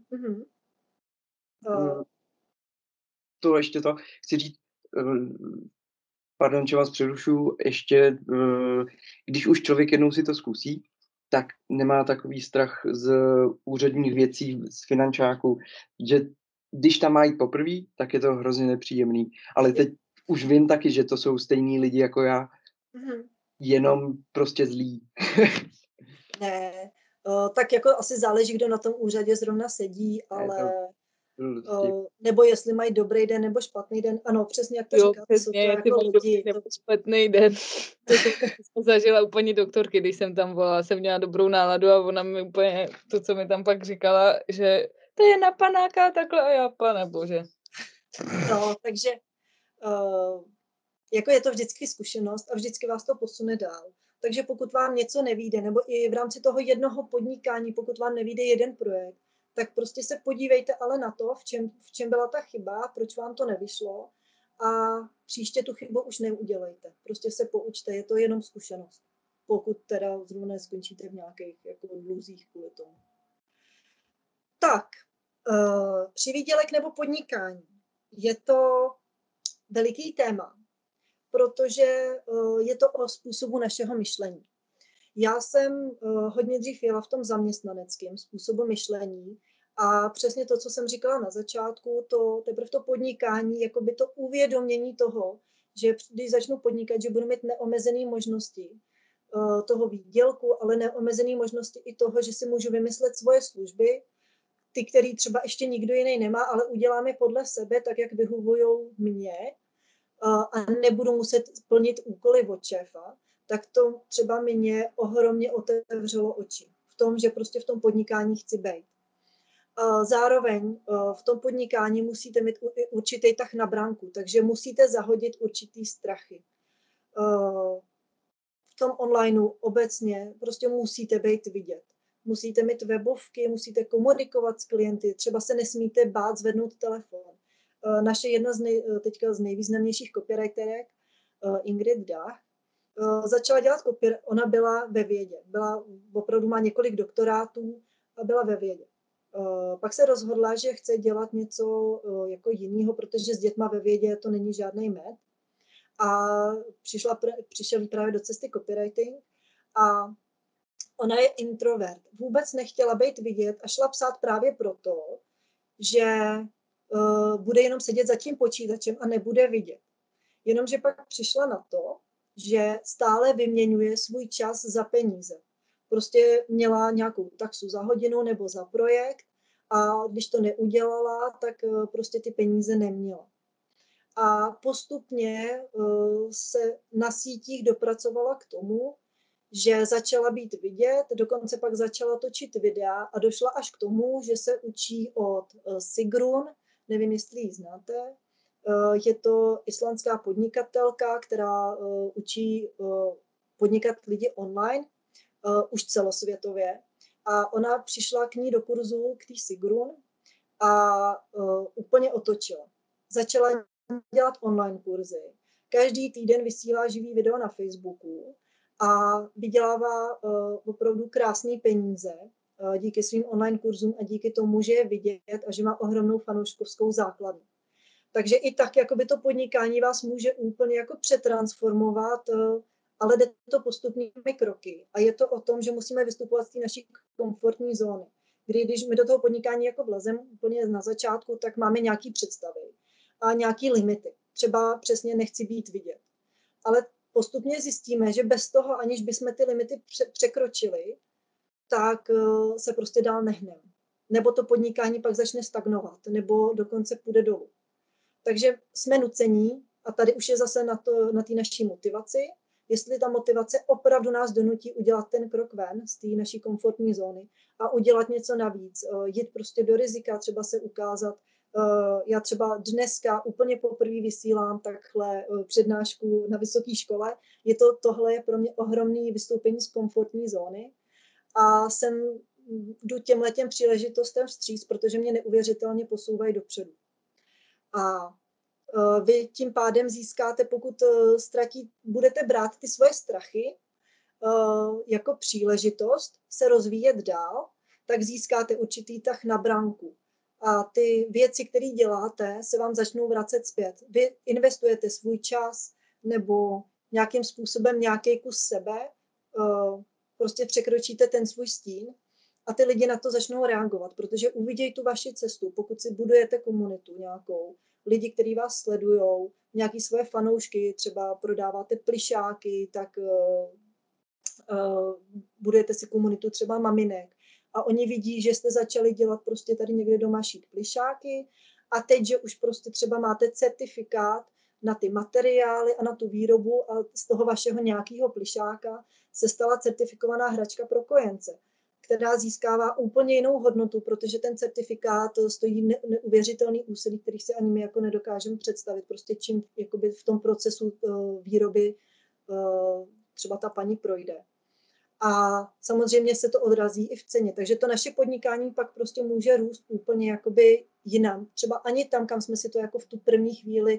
To ještě to chci říct, pardon, že vás přerušu, ještě, když už člověk jednou si to zkusí, tak nemá takový strach z úředních věcí, z finančáků, že když tam má jít poprvé, tak je to hrozně nepříjemný. Ale teď už vím taky, že to jsou stejní lidi jako já, jenom prostě zlí. Ne, tak jako asi záleží, kdo na tom úřadě zrovna sedí, ale nebo jestli mají dobrý den nebo špatný den. Ano, přesně jak to říkáte, jsou to jako lidi. Nebo špatný den. To jsem zažila u paní doktorky, když jsem tam volala, jsem měla dobrou náladu a ona mi úplně to, co mi tam pak říkala, že to je na panáka takhle a já, pane bože. No, takže jako je to vždycky zkušenost a vždycky vás to posune dál. Takže pokud vám něco nevyjde, nebo i v rámci toho jednoho podnikání, pokud vám nevyjde jeden projekt, tak prostě se podívejte ale na to, v čem byla ta chyba, proč vám to nevyšlo a příště tu chybu už neudělejte. Prostě se poučte, je to jenom zkušenost. Pokud teda zrovna skončíte v nějakých jako dluzích kvůli tomu. Tak, Přivýdělek nebo podnikání. Je to veliký téma, protože je to o způsobu našeho myšlení. Já jsem hodně dřív jela v tom zaměstnaneckém způsobu myšlení a přesně to, co jsem říkala na začátku, teprve to podnikání, jako by to uvědomění toho, že když začnu podnikat, že budu mít neomezené možnosti toho výdělku, ale neomezené možnosti i toho, že si můžu vymyslet svoje služby, ty, který třeba ještě nikdo jiný nemá, ale udělám je podle sebe, tak, jak vyhovují mě a nebudu muset plnit úkoly od šéfa, tak to třeba mě ohromně otevřelo oči v tom, že prostě v tom podnikání chci být. Zároveň v tom podnikání musíte mít určitý tah na branku, takže musíte zahodit určitý strachy. V tom onlineu obecně prostě musíte být vidět. Musíte mít webovky, musíte komunikovat s klienty, třeba se nesmíte bát zvednout telefon. Naše jedna teďka z nejvýznamnějších copywriterek, Ingrid Dach, začala dělat ona byla ve vědě. Opravdu má několik doktorátů a byla ve vědě. Pak se rozhodla, že chce dělat něco jako jiného, protože s dětma ve vědě to není žádný med. A přišel právě do cesty copywriting a ona je introvert. Vůbec nechtěla být vidět a šla psát právě proto, že bude jenom sedět za tím počítačem a nebude vidět. Jenomže pak přišla na to, že stále vyměňuje svůj čas za peníze. Prostě měla nějakou taxu za hodinu nebo za projekt a když to neudělala, tak prostě ty peníze neměla. A postupně se na sítích dopracovala k tomu, že začala být vidět, dokonce pak začala točit videa a došla až k tomu, že se učí od Sigrun, nevím, jestli ji znáte, je to islandská podnikatelka, která učí podnikat lidi online, už celosvětově. A ona přišla k ní do kurzu, k té Sigrun a úplně otočila. Začala dělat online kurzy. Každý týden vysílá živý video na Facebooku a vydělává opravdu krásné peníze díky svým online kurzům a díky tomu, že je vidět a že má ohromnou fanouškovskou základnu. Takže i tak jakoby to podnikání vás může úplně jako přetransformovat, ale jde to postupnými kroky. A je to o tom, že musíme vystupovat z té naší komfortní zóny. Když my do toho podnikání jako vlezeme úplně na začátku, tak máme nějaké představy a nějaké limity. Třeba přesně nechci být vidět. Ale postupně zjistíme, že bez toho, aniž bychom ty limity překročili, tak se prostě dál nehneme. Nebo to podnikání pak začne stagnovat, nebo dokonce půjde dolů. Takže jsme nucení, a tady už je zase na té naší motivaci, jestli ta motivace opravdu nás donutí udělat ten krok ven z té naší komfortní zóny a udělat něco navíc, jít prostě do rizika, třeba se ukázat. Já třeba dneska úplně poprvé vysílám takhle přednášku na vysoké škole. Tohle je pro mě ohromné vystoupení z komfortní zóny a jdu těmhletěm příležitostem vstříc, protože mě neuvěřitelně posouvají dopředu. A vy tím pádem získáte, pokud budete brát ty svoje strachy jako příležitost se rozvíjet dál, tak získáte určitý tah na branku. A ty věci, které děláte, se vám začnou vracet zpět. Vy investujete svůj čas nebo nějakým způsobem nějaký kus sebe, prostě překročíte ten svůj stín a ty lidi na to začnou reagovat, protože uvidějí tu vaši cestu, pokud si budujete komunitu nějakou, lidi, kteří vás sledujou, nějaký svoje fanoušky, třeba prodáváte plyšáky, tak budujete si komunitu třeba maminek a oni vidí, že jste začali dělat prostě tady někde doma šít plyšáky a teď, že už prostě třeba máte certifikát na ty materiály a na tu výrobu a z toho vašeho nějakého plyšáka se stala certifikovaná hračka pro kojence, která získává úplně jinou hodnotu, protože ten certifikát stojí neuvěřitelný úsilí, který si ani my jako nedokážeme představit, prostě čím jakoby v tom procesu výroby třeba ta paní projde. A samozřejmě se to odrazí i v ceně, takže to naše podnikání pak prostě může růst úplně jakoby jinam, třeba ani tam, kam jsme si to jako v tu první chvíli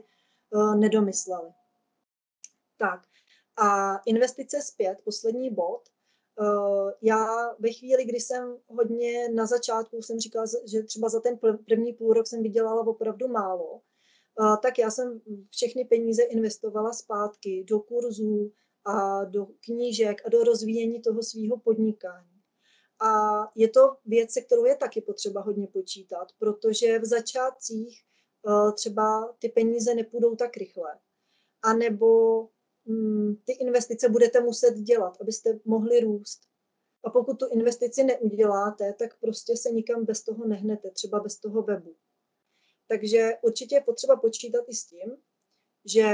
nedomysleli. Tak a investice zpět, poslední bod. Já ve chvíli, kdy jsem hodně na začátku, jsem říkala, že třeba za ten první půl rok jsem vydělala opravdu málo, tak já jsem všechny peníze investovala zpátky do kurzů a do knížek a do rozvíjení toho svého podnikání. A je to věc, se kterou je taky potřeba hodně počítat, protože v začátcích třeba ty peníze nepůjdou tak rychle. A nebo ty investice budete muset dělat, abyste mohli růst. A pokud tu investici neuděláte, tak prostě se nikam bez toho nehnete, třeba bez toho webu. Takže určitě je potřeba počítat i s tím, že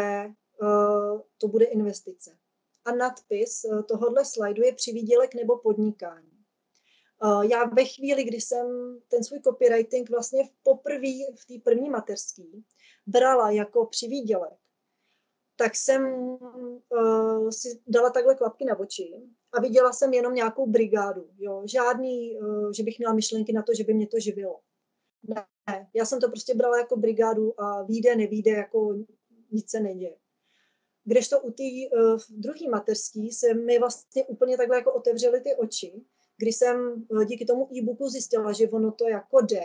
to bude investice. A nadpis tohohle slajdu je přivýdělek nebo podnikání. Já ve chvíli, kdy jsem ten svůj copywriting vlastně poprvé v té první mateřský brala jako přivýdělek, tak jsem si dala takhle klapky na oči a viděla jsem jenom nějakou brigádu. Jo? Žádný, že bych měla myšlenky na to, že by mě to živilo. Ne, já jsem to prostě brala jako brigádu a vyjde, nevyjde, jako nic se neděje. Kdežto u té druhé mateřský se mi vlastně úplně takhle jako otevřely ty oči, kdy jsem díky tomu e-booku zjistila, že ono to jako jde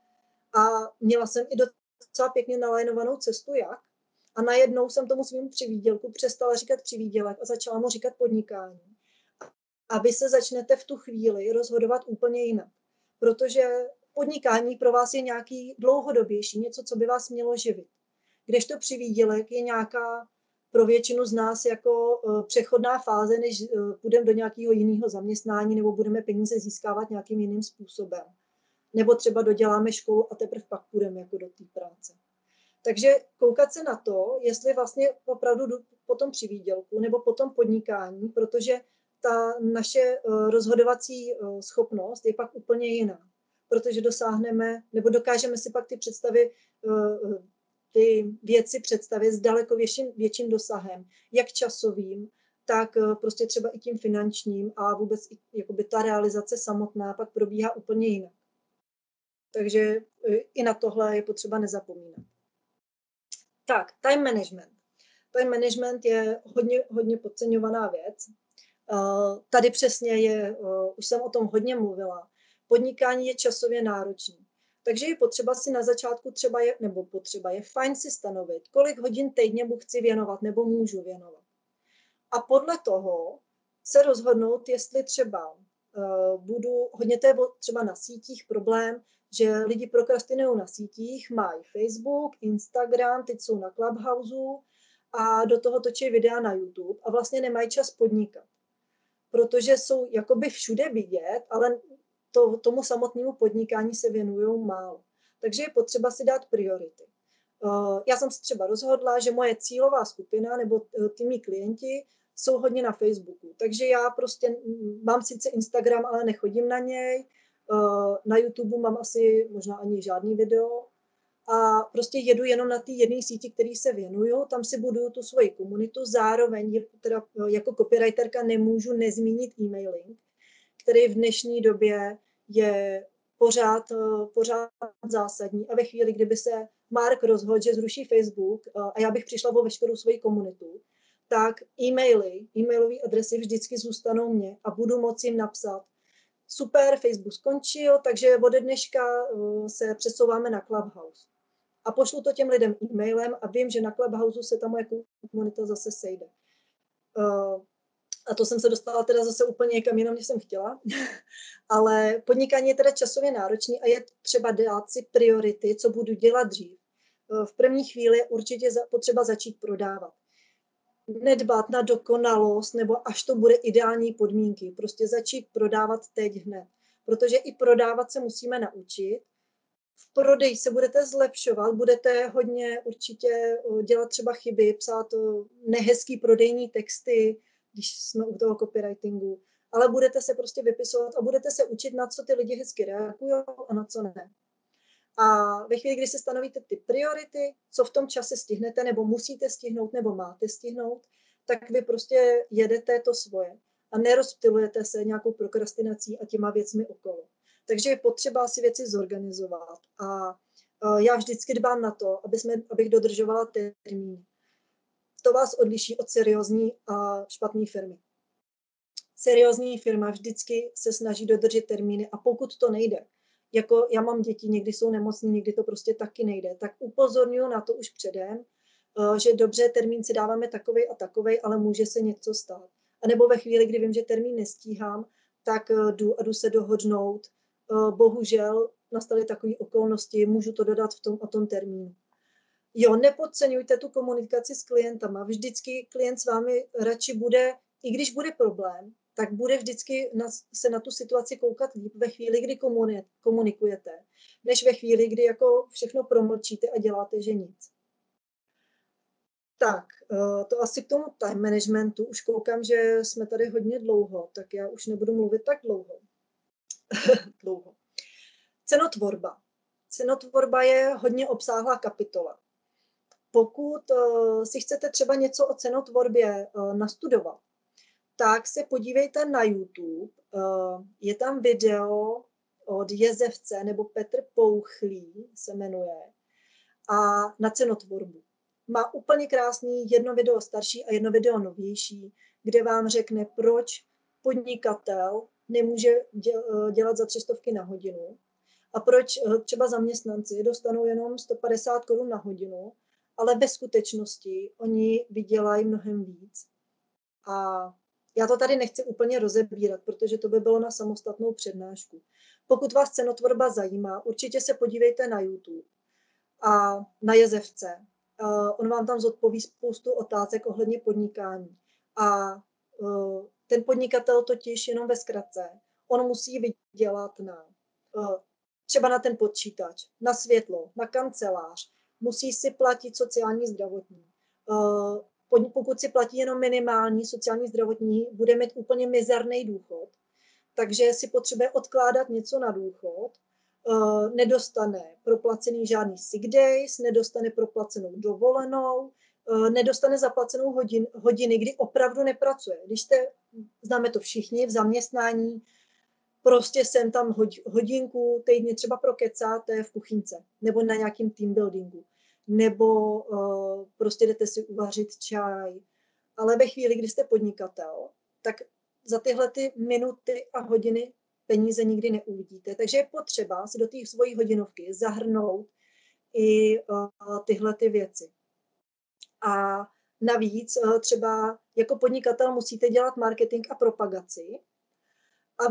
a měla jsem i docela pěkně nalajnovanou cestu, jak. A najednou jsem tomu svým přivýdělku přestala říkat přivýdělek a začala mu říkat podnikání. A vy se začnete v tu chvíli rozhodovat úplně jinak. Protože podnikání pro vás je nějaký dlouhodobější, něco, co by vás mělo živit. Kdežto přivýdělek je nějaká pro většinu z nás jako přechodná fáze, než půjdeme do nějakého jiného zaměstnání nebo budeme peníze získávat nějakým jiným způsobem. Nebo třeba doděláme školu a teprve pak půjdeme jako do té práce. Takže koukat se na to, jestli vlastně opravdu jdu po tom přivýdělku nebo po tom podnikání, protože ta naše rozhodovací schopnost je pak úplně jiná. Protože dosáhneme, nebo dokážeme si pak ty představy, ty věci představit s daleko větším dosahem, jak časovým, tak prostě třeba i tím finančním a vůbec i jakoby ta realizace samotná pak probíhá úplně jinak. Takže i na tohle je potřeba nezapomínat. Tak, time management. Time management je hodně podceňovaná věc. Tady přesně je, už jsem o tom hodně mluvila, podnikání je časově náročný. Takže je potřeba si na začátku je fajn si stanovit, kolik hodin týdně mu chci věnovat nebo můžu věnovat. A podle toho se rozhodnout, jestli třeba budu, hodně to je třeba na sítích problém, že lidi prokrastinují na sítích, mají Facebook, Instagram, teď jsou na Clubhouse a do toho točí videa na YouTube a vlastně nemají čas podnikat. Protože jsou jakoby všude vidět, ale tomu samotnému podnikání se věnují málo. Takže je potřeba si dát priority. Já jsem se třeba rozhodla, že moje cílová skupina nebo ty mý klienti jsou hodně na Facebooku. Takže já prostě mám sice Instagram, ale nechodím na něj. Na YouTube mám asi možná ani žádný video. A prostě jedu jenom na ty jedné síti, které se věnuju, tam si buduju tu svoji komunitu, zároveň teda jako copywriterka nemůžu nezmínit e-mailing, který v dnešní době je pořád zásadní a ve chvíli, kdyby se Mark rozhodl, že zruší Facebook a já bych přišla o veškerou svoji komunitu, tak e-mailové adresy vždycky zůstanou mě a budu moci jim napsat: super, Facebook skončil, takže ode dneška se přesouváme na Clubhouse. A pošlu to těm lidem e-mailem a vím, že na Clubhouse se ta moje komunita zase sejde. A to jsem se dostala teda zase úplně někam jinam, než jsem chtěla. Ale podnikání je teda časově náročný a je třeba dát si priority, co budu dělat dřív. V první chvíli je určitě potřeba začít prodávat. Nedbat na dokonalost nebo až to bude ideální podmínky. Prostě začít prodávat teď hned. Protože i prodávat se musíme naučit. V prodeji se budete zlepšovat, budete hodně určitě dělat třeba chyby, psát nehezký prodejní texty, když jsme u toho copywritingu, ale budete se prostě vypisovat a budete se učit, na co ty lidi hezky reagují a na co ne. A ve chvíli, kdy si stanovíte ty priority, co v tom čase stihnete, nebo musíte stihnout, nebo máte stihnout, tak vy prostě jedete to svoje a nerozptylujete se nějakou prokrastinací a těma věcmi okolo. Takže je potřeba si věci zorganizovat. A já vždycky dbám na to, abych dodržovala termíny. To vás odliší od seriózní a špatné firmy. seriózní firma vždycky se snaží dodržet termíny a pokud to nejde, jako já mám děti, někdy jsou nemocní, někdy to prostě taky nejde, tak upozorňuji na to už předem, že dobře, termín si dáváme takovej a takovej, ale může se něco stát. A nebo ve chvíli, kdy vím, že termín nestíhám, tak jdu se dohodnout. Bohužel nastaly takové okolnosti, můžu to dodat v tom a tom termínu. Jo, nepodceňujte tu komunikaci s klientama. Vždycky klient s vámi radši bude, i když bude problém, tak bude vždycky se na tu situaci koukat líp ve chvíli, kdy komunikujete, než ve chvíli, kdy jako všechno promlčíte a děláte, že nic. Tak, to asi k tomu time managementu. Už koukám, že jsme tady hodně dlouho, tak já už nebudu mluvit tak dlouho. Cenotvorba. Cenotvorba je hodně obsáhlá kapitola. Pokud si chcete třeba něco o cenotvorbě nastudovat, tak se podívejte na YouTube. Je tam video od Jezevce, nebo Petr Pouchlý se jmenuje, a na cenotvorbu. Má úplně krásný jedno video starší a jedno video novější, kde vám řekne, proč podnikatel nemůže dělat za 300 na hodinu a proč třeba zaměstnanci dostanou jenom 150 korun na hodinu, ale ve skutečnosti oni vydělají mnohem víc. A já to tady nechci úplně rozebírat, protože to by bylo na samostatnou přednášku. Pokud vás cenotvorba zajímá, určitě se podívejte na YouTube a na Jezevce. On vám tam zodpoví spoustu otázek ohledně podnikání. A ten podnikatel totiž jenom ve zkratce, on musí vydělat třeba na ten počítač, na světlo, na kancelář, musí si platit sociální zdravotní. Pokud si platí jenom minimální sociální zdravotní, bude mít úplně mizerný důchod, takže si potřebuje odkládat něco na důchod, nedostane proplacený žádný sick days, nedostane proplacenou dovolenou, nedostane zaplacenou hodiny, kdy opravdu nepracuje. Když známe to všichni, v zaměstnání, prostě jsem tam hodinku týdně třeba prokecáte v kuchynce nebo na nějakým team buildingu, nebo prostě jdete si uvařit čaj. Ale ve chvíli, kdy jste podnikatel, tak za tyhle ty minuty a hodiny peníze nikdy neuvidíte. Takže je potřeba si do té svojí hodinovky zahrnout i tyhle ty věci. A navíc třeba jako podnikatel musíte dělat marketing a propagaci a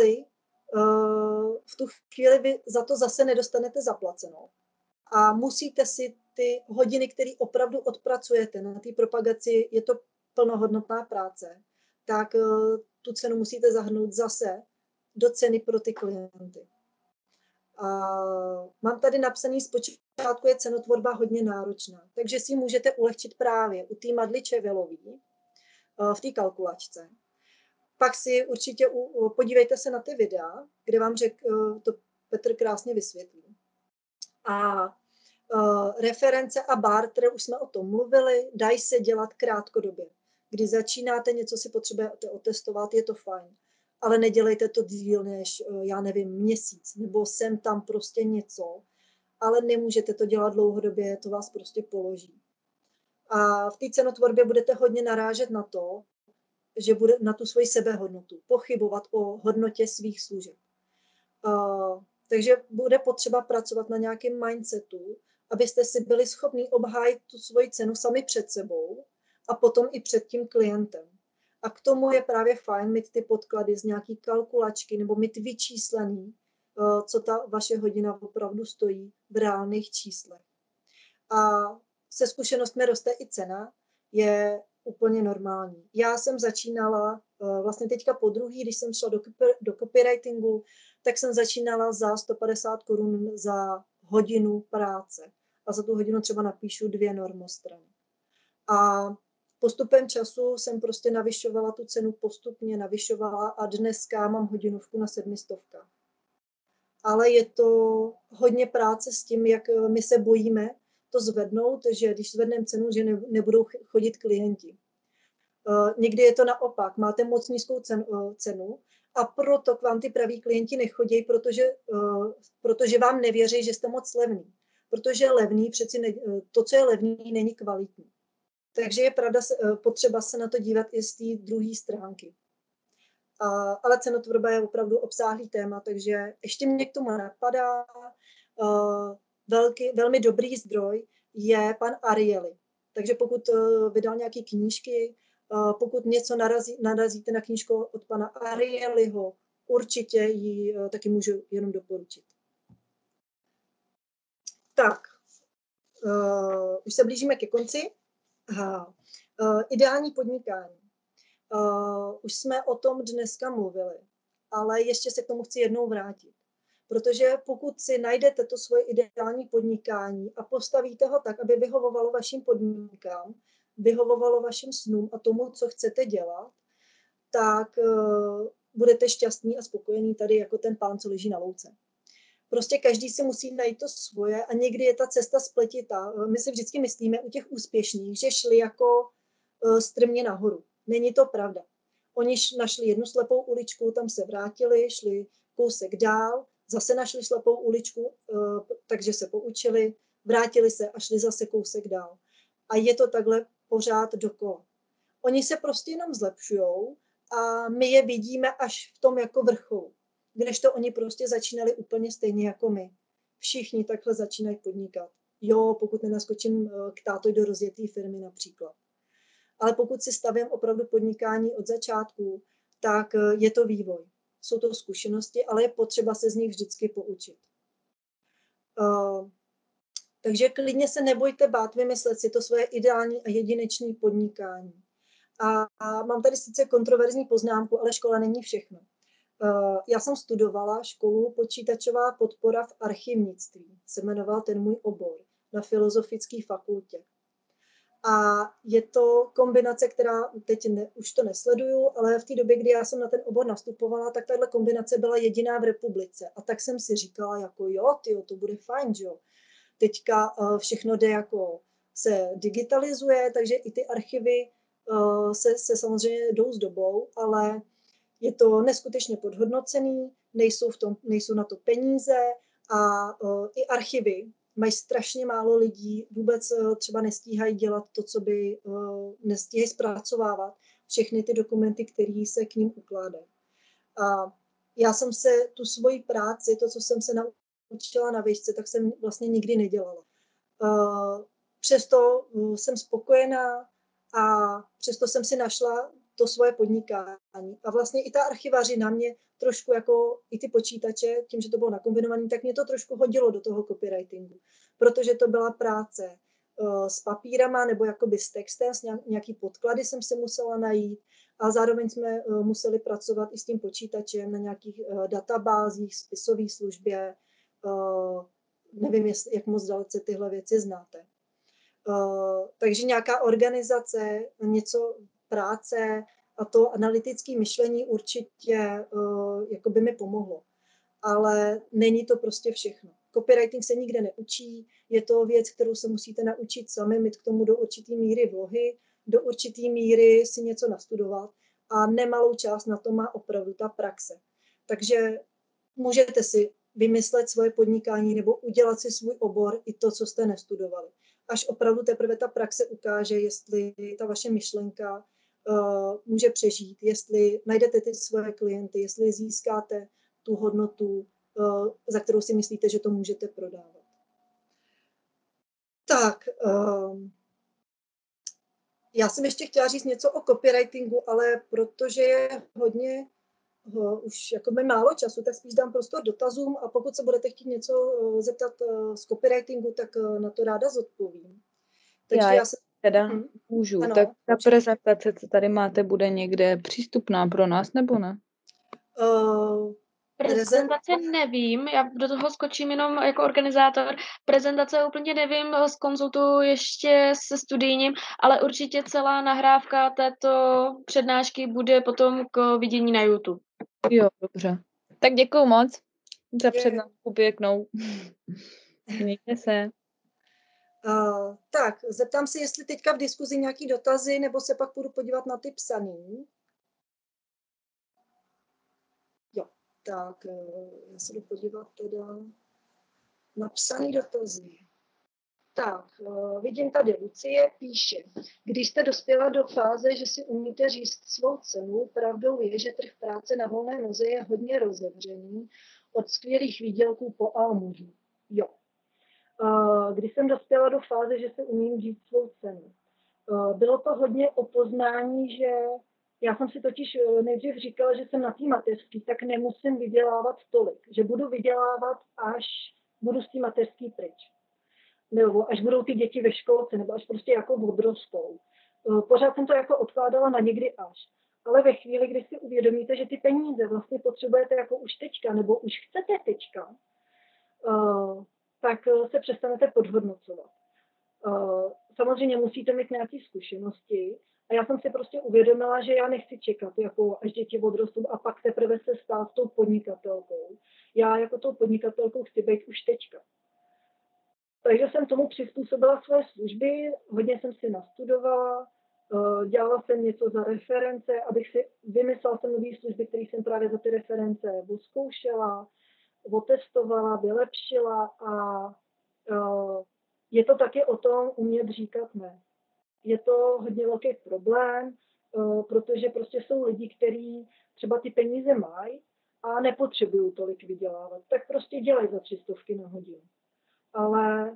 v tu chvíli vy za to zase nedostanete zaplaceno. A musíte si ty hodiny, které opravdu odpracujete na té propagaci, je to plnohodnotná práce, tak tu cenu musíte zahrnout zase do ceny pro ty klienty. A mám tady napsaný, zpočátku je cenotvorba hodně náročná, takže si můžete ulehčit právě u té Madly Čevelový v té kalkulačce. Pak si určitě podívejte se na ty videa, kde vám to Petr krásně vysvětlí. A reference a barter, už jsme o tom mluvili, dají se dělat krátkodobě. Když začínáte, něco si potřebujete otestovat, je to fajn. Ale nedělejte to díl než, já nevím, měsíc, nebo sem tam prostě něco. Ale nemůžete to dělat dlouhodobě, to vás prostě položí. A v té cenotvorbě budete hodně narážet na to, že bude na tu svoji sebehodnotu, pochybovat o hodnotě svých služeb. Takže bude potřeba pracovat na nějakém mindsetu, abyste si byli schopni obhájit tu svoji cenu sami před sebou a potom i před tím klientem. A k tomu je právě fajn mít ty podklady z nějaký kalkulačky nebo mít vyčíslený, co ta vaše hodina opravdu stojí v reálných číslech. A se zkušenostmi roste i cena, je úplně normální. Já jsem začínala vlastně teďka podruhý, když jsem šla do copywritingu, tak jsem začínala za 150 korun za hodinu práce. A za tu hodinu třeba napíšu 2 normostrany. A postupem času jsem prostě navyšovala tu cenu, postupně navyšovala a dneska mám hodinovku na 700. Ale je to hodně práce s tím, jak my se bojíme to zvednout, že když zvedneme cenu, že nebudou chodit klienti. Někdy je to naopak, máte moc nízkou cenu a proto k vám ty praví klienti nechodí, protože vám nevěří, že jste moc levný. Protože levný, to, co je levný, není kvalitní. Takže je potřeba se na to dívat i z té druhé stránky. Ale cenotvorba je opravdu obsáhlý téma, takže ještě mě k tomu napadá velmi dobrý zdroj je pan Ariely. Takže pokud vydal nějaké knížky, pokud něco narazíte na knížku od pana Arielyho, určitě ji taky můžu jenom doporučit. Tak, už se blížíme ke konci. Ideální podnikání. Už jsme o tom dneska mluvili, ale ještě se k tomu chci jednou vrátit. Protože pokud si najdete to svoje ideální podnikání a postavíte ho tak, aby vyhovovalo vašim podmínkám, vyhovovalo vašim snům a tomu, co chcete dělat, tak budete šťastný a spokojený tady jako ten pán, co leží na louce. Prostě každý si musí najít to svoje a někdy je ta cesta spletitá. My si vždycky myslíme u těch úspěšných, že šli jako strmě nahoru. Není to pravda. Oni našli jednu slepou uličku, tam se vrátili, šli kousek dál, zase našli slepou uličku, takže se poučili, vrátili se a šli zase kousek dál. A je to takhle pořád dokola. Oni se prostě jenom zlepšujou a my je vidíme až v tom jako vrcholu. Kdežto oni prostě začínali úplně stejně jako my. Všichni takhle začínají podnikat. Jo, pokud nenaskočím k tátoj do rozjeté firmy například. Ale pokud si stavím opravdu podnikání od začátku, tak je to vývoj. Jsou to zkušenosti, ale je potřeba se z nich vždycky poučit. Takže klidně se nebojte bát vymyslet si to svoje ideální a jedinečné podnikání. A mám tady sice kontroverzní poznámku, ale škola není všechno. Já jsem studovala školu počítačová podpora v archivnictví, se jmenoval ten můj obor, na Filozofické fakultě. A je to kombinace, která teď už to nesleduju, ale v té době, kdy já jsem na ten obor nastupovala, tak tahle kombinace byla jediná v republice. A tak jsem si říkala, jako jo, tyjo, to bude fajn, jo. Teďka všechno jde jako se digitalizuje, takže i ty archivy se samozřejmě jdou s dobou, ale je to neskutečně podhodnocený, nejsou na to peníze a i archivy mají strašně málo lidí, vůbec třeba nestíhají dělat to, co by nestíhají zpracovávat všechny ty dokumenty, které se k ním ukládají. A já jsem se tu svoji práci, to, co jsem se naučila na výšce, tak jsem vlastně nikdy nedělala. Přesto jsem spokojená a přesto jsem si našla to svoje podnikání. A vlastně i ta archivařina mě trošku jako i ty počítače, tím, že to bylo nakombinované, tak mě to trošku hodilo do toho copywritingu. Protože to byla práce s papírama nebo jakoby s textem, s nějaký podklady jsem si musela najít a zároveň jsme museli pracovat i s tím počítačem na nějakých databázích, spisové službě. Nevím, jak moc dalece tyhle věci znáte. Takže nějaká organizace, něco práce a to analytické myšlení určitě jako by mi pomohlo. Ale není to prostě všechno. Copywriting se nikde neučí, je to věc, kterou se musíte naučit sami, mít k tomu do určitý míry vlohy, do určitý míry si něco nastudovat a nemalou část na to má opravdu ta praxe. Takže můžete si vymyslet svoje podnikání nebo udělat si svůj obor i to, co jste nestudovali. Až opravdu teprve ta praxe ukáže, jestli ta vaše myšlenka může přežít, jestli najdete ty svoje klienty, jestli získáte tu hodnotu, za kterou si myslíte, že to můžete prodávat. Tak, já jsem ještě chtěla říct něco o copywritingu, ale protože je hodně už jakoby málo času, tak spíš dám prostor dotazům a pokud se budete chtít něco zeptat z copywritingu, tak na to ráda zodpovím. Takže já se... Teda můžu. Ano, tak ta prezentace, co tady máte, bude někde přístupná pro nás, nebo ne? Prezentace nevím, já do toho skočím jenom jako organizátor. Prezentace úplně nevím, zkonzultuju ještě se studijním, ale určitě celá nahrávka této přednášky bude potom k vidění na YouTube. Jo, dobře. Tak děkuju moc za přednášku pěknou. Mějte se. Tak, zeptám se, jestli teďka v diskuzi nějaký dotazy, nebo se pak půjdu podívat na ty psaný. Jo, tak já se jdu podívat teda na psaný dotazy. Tak, vidím tady Lucie, píše. Když jste dospěla do fáze, že si umíte říct svou cenu, pravdou je, že trh práce na volné noze je hodně rozevřený, od skvělých výdělků po almužnu. Jo. Když jsem dospěla do fáze, že si umím říct svou cenu. Bylo to hodně o poznání, že já jsem si totiž nejdřív říkala, že jsem na té mateřský, tak nemusím vydělávat tolik, že budu vydělávat, až budu z té mateřský pryč. Nebo až budou ty děti ve školce, nebo až prostě jako odrostou. Pořád jsem to jako odkládala na někdy až. Ale ve chvíli, kdy si uvědomíte, že ty peníze vlastně potřebujete jako už teďka, nebo už chcete teďka, tak se přestanete podhodnocovat. Samozřejmě musíte mít nějaké zkušenosti a já jsem si prostě uvědomila, že já nechci čekat, jako až děti odrostou a pak teprve se stát tou podnikatelkou. Já jako tou podnikatelkou chci být už teďka. Takže jsem tomu přizpůsobila své služby, hodně jsem si nastudovala, dělala jsem něco za reference, abych si vymyslela jsem nové služby, které jsem právě za ty reference odzkoušela, otestovala, vylepšila a je to taky o tom umět říkat ne. Je to hodně velký problém, protože prostě jsou lidi, kteří třeba ty peníze mají a nepotřebují tolik vydělávat. Tak prostě dělají za 300 na hodinu. Ale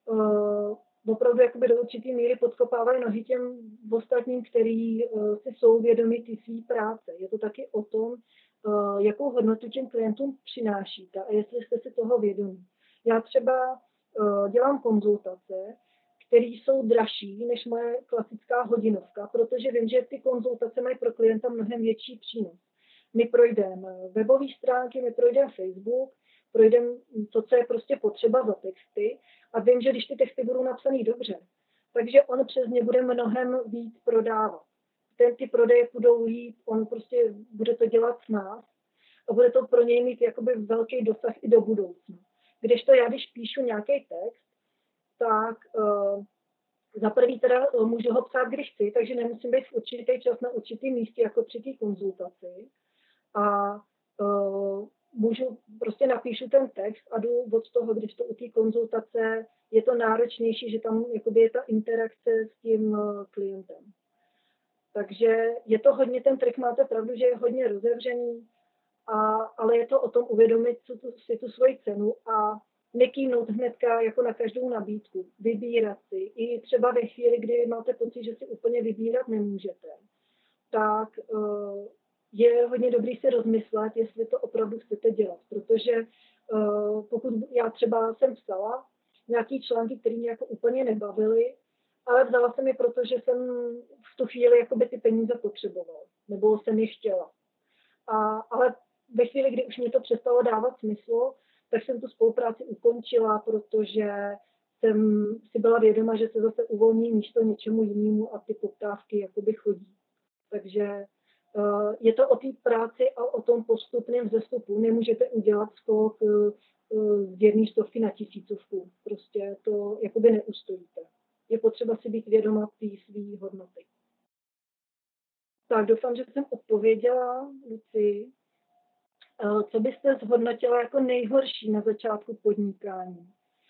opravdu jakoby do určitý míry podkopávají nohy těm ostatním, kteří si jsou vědomí ty svý práce. Je to taky o tom, jakou hodnotu těm klientům přinášíte a jestli jste si toho vědomí. Já třeba dělám konzultace, které jsou dražší než moje klasická hodinovka, protože vím, že ty konzultace mají pro klienta mnohem větší přínos. My projdeme webové stránky, my projdeme Facebook, projdeme to, co je prostě potřeba za texty a vím, že když ty texty budou napsané dobře, takže on přes ně bude mnohem víc prodávat. Ty prodeje budou líp, on prostě bude to dělat s nás a bude to pro něj mít jakoby velký dosah i do budoucna. Kdežto já, když píšu nějaký text, tak za prvý teda můžu ho psát, když chci, takže nemusím být v určitý čas na určitém místě, jako při té konzultaci. A můžu, prostě napíšu ten text a jdu od toho, když to u té konzultace je to náročnější, že tam jakoby je ta interakce s tím klientem. Takže je to hodně, ten trh máte pravdu, že je hodně rozevřený, ale je to o tom uvědomit si tu svoji cenu a nekývnout hnedka jako na každou nabídku, vybírat si. I třeba ve chvíli, kdy máte pocit, že si úplně vybírat nemůžete, tak je hodně dobrý si rozmyslet, jestli to opravdu chcete dělat, protože pokud já třeba jsem psala nějaký články, které mě jako úplně nebavily, ale vzala jsem je, protože jsem v tu chvíli jakoby ty peníze potřebovala, nebo jsem je chtěla. Ale ve chvíli, kdy už mě to přestalo dávat smysl, tak jsem tu spolupráci ukončila, protože jsem si byla vědoma, že se zase uvolní místo něčemu jinému a ty poptávky jakoby chodí. Takže je to o té práci a o tom postupném vzestupu. Nemůžete udělat skok z 100 na 1000. Prostě to jakoby neustojíte. Je potřeba si být vědoma té své hodnoty. Tak doufám, že jsem odpověděla, Luci. Co byste zhodnotila jako nejhorší na začátku podnikání?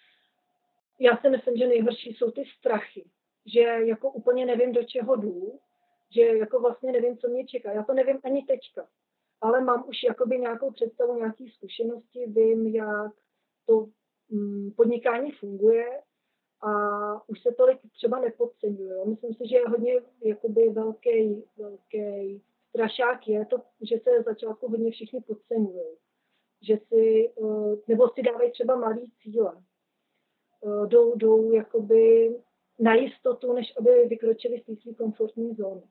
Já si myslím, že nejhorší jsou ty strachy. Že jako úplně nevím, do čeho jdu, že jako vlastně nevím, co mě čeká. Já to nevím ani teďka, ale mám už jakoby nějakou představu, nějaké zkušenosti, vím, jak to podnikání funguje a už se tolik třeba nepodceňuje. Myslím si, že je hodně jakoby velký strašák je to, že se v začátku hodně všichni podceňují. Že si, nebo si dávají třeba malý cíle. Jdou jakoby na jistotu, než aby vykročili z té své komfortní zóny.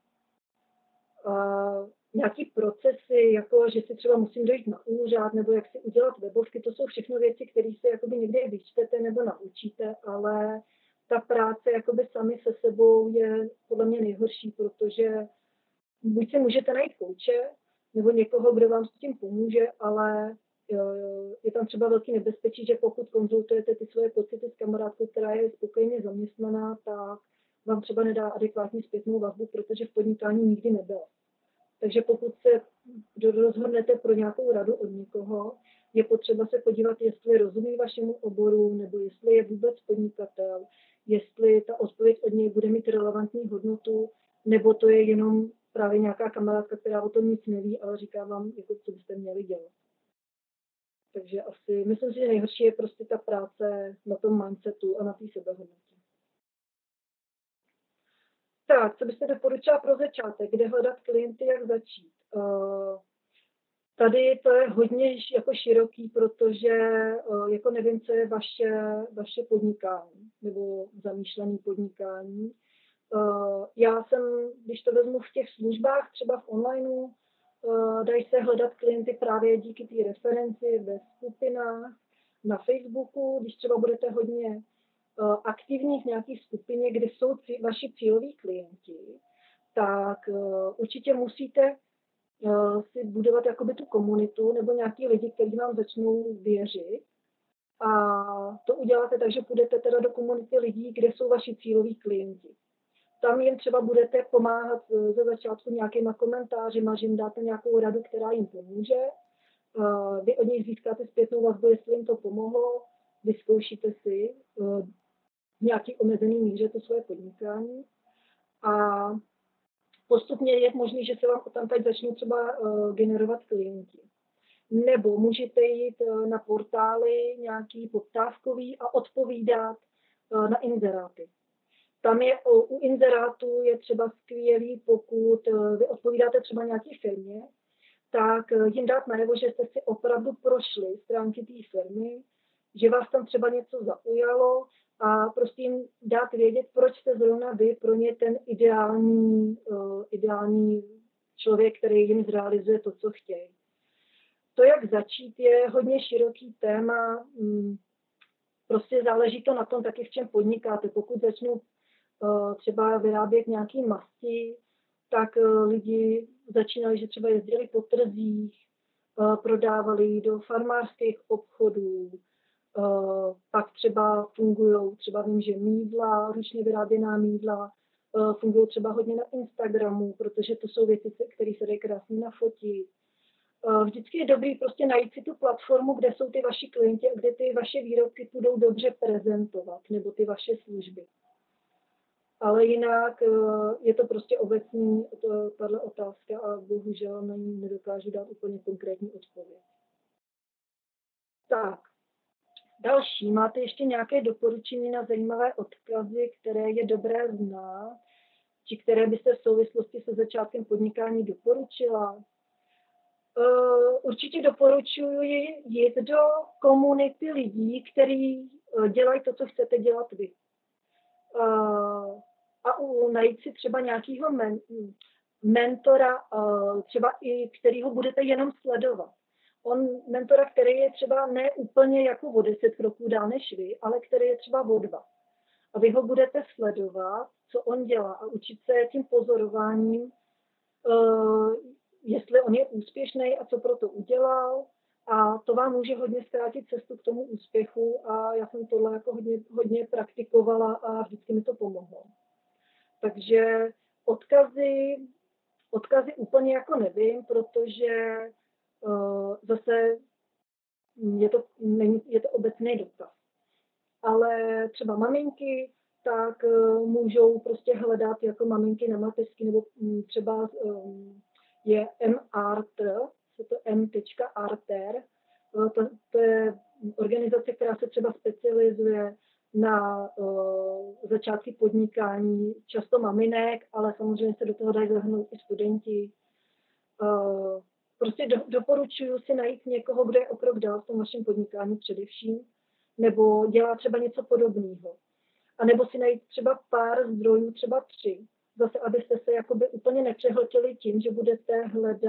Nějaký procesy, jako že si třeba musím dojít na úřad, nebo jak si udělat webovky, to jsou všechno věci, které se jakoby někdy vyčtete nebo naučíte, ale ta práce jakoby sami se sebou je podle mě nejhorší, protože buď si můžete najít kouče, nebo někoho, kdo vám s tím pomůže, ale je tam třeba velký nebezpečí, že pokud konzultujete ty svoje pocity s kamarádkou, která je spokojeně zaměstnaná, tak vám třeba nedá adekvátní zpětnou vazbu, protože v podnikání nikdy nebyla. Takže pokud se rozhodnete pro nějakou radu od někoho, je potřeba se podívat, jestli rozumí vašemu oboru, nebo jestli je vůbec podnikatel, jestli ta odpověď od něj bude mít relevantní hodnotu, nebo to je jenom právě nějaká kamarádka, která o tom nic neví, ale říká vám, jako, co byste měli dělat. Takže asi, myslím si, že nejhorší je prostě ta práce na tom mindsetu a na té sebehodnotě. Tak, co byste doporučila pro začátek? Kde hledat klienty, jak začít? Tady to je hodně jako široký, protože jako nevím, co je vaše podnikání nebo zamýšlené podnikání. Já jsem, když to vezmu v těch službách, třeba v onlineu, dají se hledat klienty právě díky té referenci ve skupinách, na Facebooku, když třeba budete hodně aktivní v nějaké skupině, kde jsou vaši cíloví klienti, tak určitě musíte si budovat jakoby tu komunitu nebo nějaký lidi, kteří vám začnou věřit. A to uděláte tak, že půjdete teda do komunity lidí, kde jsou vaši cíloví klienti. Tam jim třeba budete pomáhat ze začátku nějakýma komentářima, že jim dáte nějakou radu, která jim pomůže. Vy od nich získáte zpětnou vazbu, jestli jim to pomohlo, vyzkoušíte si v nějaký omezený míře to svoje podnikání. A postupně je možné, že se vám tam teď začnou třeba generovat klienti. Nebo můžete jít na portály nějaký poptávkový a odpovídat na inzeráty. Tam je u inzerátů je třeba skvělý, pokud vy odpovídáte třeba nějaké firmě, tak jim dát najevo, že jste si opravdu prošli stránky té firmy, že vás tam třeba něco zaujalo a prostě jim dát vědět, proč jste zrovna vy pro ně ten ideální člověk, který jim zrealizuje to, co chtějí. To, jak začít, je hodně široký téma. Prostě záleží to na tom taky, v čem podnikáte. Pokud začnou třeba vyrábět nějaké masti, tak lidi začínali, že třeba jezdili po trzích, prodávali do farmářských obchodů, pak třeba fungují, třeba vím, že mýdla, ručně vyráběná mýdla, fungují třeba hodně na Instagramu, protože to jsou věci, které se dají krásně nafotit. Vždycky je dobrý prostě najít si tu platformu, kde jsou ty vaši klienti a kde ty vaše výrobky budou dobře prezentovat, nebo ty vaše služby. Ale jinak je to prostě obecný, tahle otázka a bohužel na ní nedokážu dát úplně konkrétní odpověď. Tak, další. Máte ještě nějaké doporučení na zajímavé odkazy, které je dobré znát, či které byste v souvislosti se začátkem podnikání doporučila? Určitě doporučuji jít do komunity lidí, kteří dělají to, co chcete dělat vy. A najít si třeba nějakého mentora, třeba i kterýho budete jenom sledovat. Mentora, který je třeba ne úplně jako o 10 kroků dál než vy, ale který je třeba o 2. A vy ho budete sledovat, co on dělá a učit se tím pozorováním, jestli on je úspěšný a co pro to udělal. A to vám může hodně zkrátit cestu k tomu úspěchu a já jsem tohle jako hodně praktikovala a vždycky mi to pomohlo. Takže odkazy úplně jako nevím, protože zase je to obecný dotaz. Ale třeba maminky, tak můžou prostě hledat jako maminky na mateřský, nebo třeba je M-Arter, to M.Arter, to je organizace, která se třeba specializuje na začátky podnikání, často maminek, ale samozřejmě se do toho dají zahrnout i studenti. Prostě doporučuji si najít někoho, kdo je o krok dál v tom vašem podnikání především, nebo dělá třeba něco podobného. A nebo si najít třeba pár zdrojů, třeba 3, zase abyste se jakoby úplně nepřehltili tím, že budete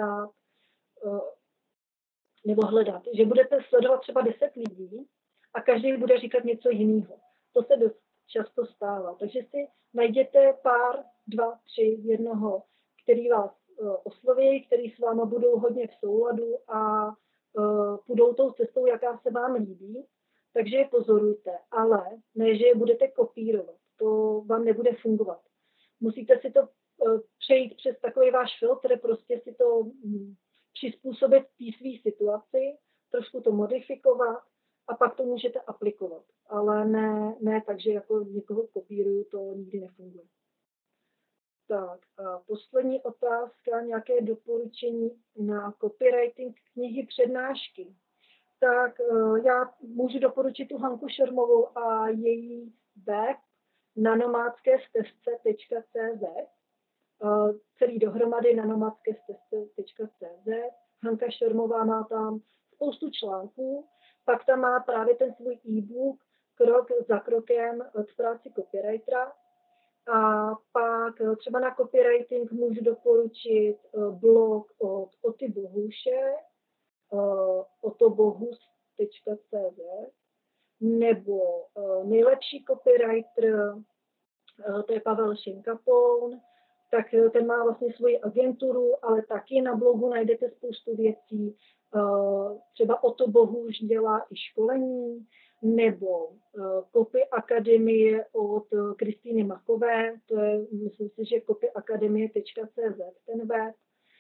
že budete sledovat třeba 10 lidí a každý bude říkat něco jiného. To se dost často stává. Takže si najděte pár, 2, 3, jednoho, který vás osloví, který s váma budou hodně v souladu a půjdou tou cestou, jaká se vám líbí. Takže je pozorujte, ale ne, že je budete kopírovat. To vám nebude fungovat. Musíte si to přejít přes takový váš filtr, prostě si to přizpůsobit té své situaci, trošku to modifikovat a pak to můžete aplikovat. Ale ne tak, že jako někoho kopíruju, to nikdy nefunguje. Tak a poslední otázka, nějaké doporučení na copywriting knihy přednášky. Tak já můžu doporučit tu Hanku Šermovou a její web nanomádskestezce.cz, celý dohromady nanomádskestezce.cz. Hanka Šermová má tam spoustu článků, pak tam má právě ten svůj e-book krok za krokem k práci copywritera. A pak třeba na copywriting můžu doporučit blog od Oty Bohuše, otobohus.cz, nebo nejlepší copywriter, to je Pavel Šenkapoun, tak ten má vlastně svoji agenturu, ale taky na blogu najdete spoustu věcí. Třeba Oto Bohuš dělá i školení, nebo Copy Akademie od Kristýny Machové, to je, myslím si, že copyakademie.cz, ten web.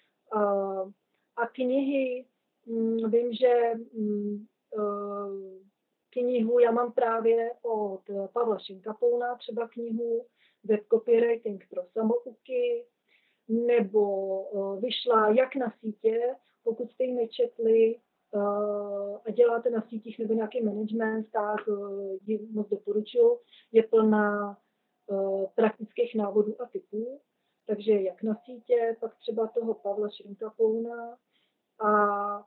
A knihy, vím, že knihu já mám právě od Pavla Šenkapouna, třeba knihu Web Copywriting pro samouky, nebo vyšla Jak na sítě, pokud jste ji nečetli a děláte na sítích nebo nějaký management, tak ji moc doporučuji. Je plná praktických návodů a tipů, takže Jak na sítě, pak třeba toho Pavla Šenkapouna a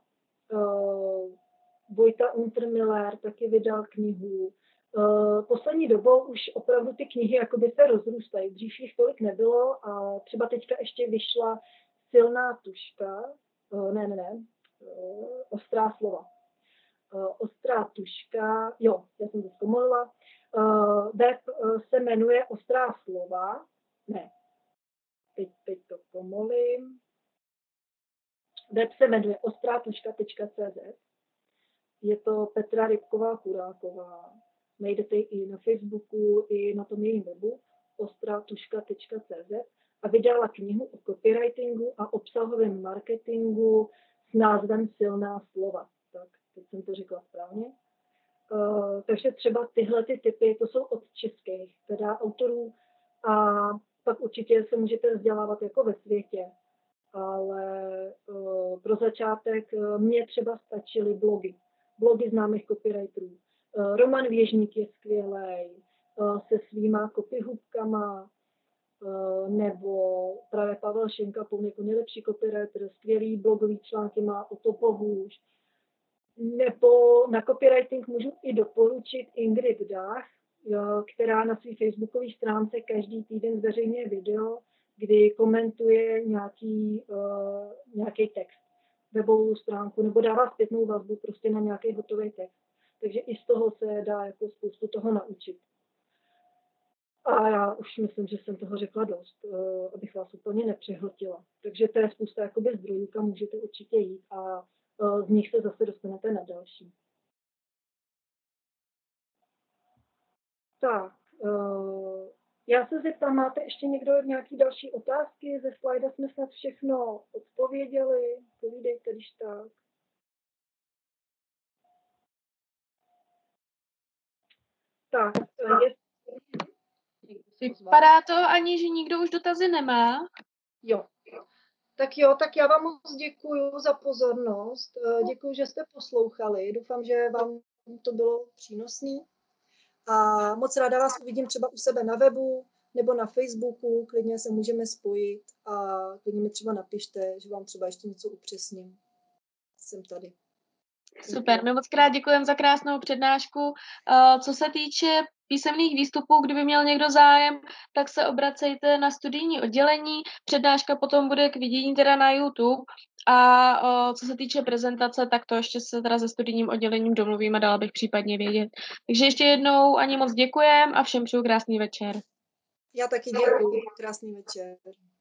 Vojta Untermiller taky vydal knihu. Poslední dobou už opravdu ty knihy jakoby se rozrůstají. Dřív jich tolik nebylo a třeba teďka ještě vyšla Silná tuška, Ostrá slova. Ostrá tuška, jo, já jsem to zkomolila. Web se jmenuje Ostrá slova, ne, teď to komolím. Web se jmenuje ostratuška.cz. Je to Petra Rybková-Kuráková. Najdete ji i na Facebooku, i na tom jejím webu ostratuška.cz a vydala knihu o copywritingu a obsahovém marketingu s názvem Silná slova. Tak, teď jsem to řekla správně. Takže třeba tyhle ty typy, to jsou od českých teda autorů a pak určitě se můžete vzdělávat jako ve světě. Ale pro začátek mně třeba stačily blogy známých copywriterů. Roman Věžník je skvělej se svýma copyhubkama, nebo právě Pavel Šenkapoun jako nejlepší copywriter, skvělý blogový články má Oto Bohuš. Nebo na copywriting můžu i doporučit Ingrid Dach, která na své facebookové stránce každý týden zveřejňuje video, kdy komentuje nějaký text, webovou stránku, nebo dává zpětnou vazbu prostě na nějaký hotový text. Takže i z toho se dá jako spoustu toho naučit. A já už myslím, že jsem toho řekla dost, abych vás úplně nepřehltila. Takže to je spousta jakoby zdrojů, kam můžete určitě jít a z nich se zase dostanete na další. Tak, já se zeptám, máte ještě někdo nějaké další otázky? Ze slajda jsme snad všechno odpověděli. Povídejte, když tak. Tak, Vypadá to ani, že nikdo už dotazy nemá. Jo, tak já vám moc děkuju za pozornost. Děkuju, že jste poslouchali. Doufám, že vám to bylo přínosné. A moc ráda vás uvidím třeba u sebe na webu nebo na Facebooku. Klidně se můžeme spojit a klidně mi třeba napište, že vám třeba ještě něco upřesním. Jsem tady. Super, my moc krát děkujeme za krásnou přednášku. Co se týče písemných výstupů, kdyby měl někdo zájem, tak se obracejte na studijní oddělení. Přednáška potom bude k vidění teda na YouTube. A co se týče prezentace, tak to ještě se teda se studijním oddělením domluvím a dala bych případně vědět. Takže ještě jednou Ani moc děkujem a všem přeju krásný večer. Já taky děkuji. Krásný večer.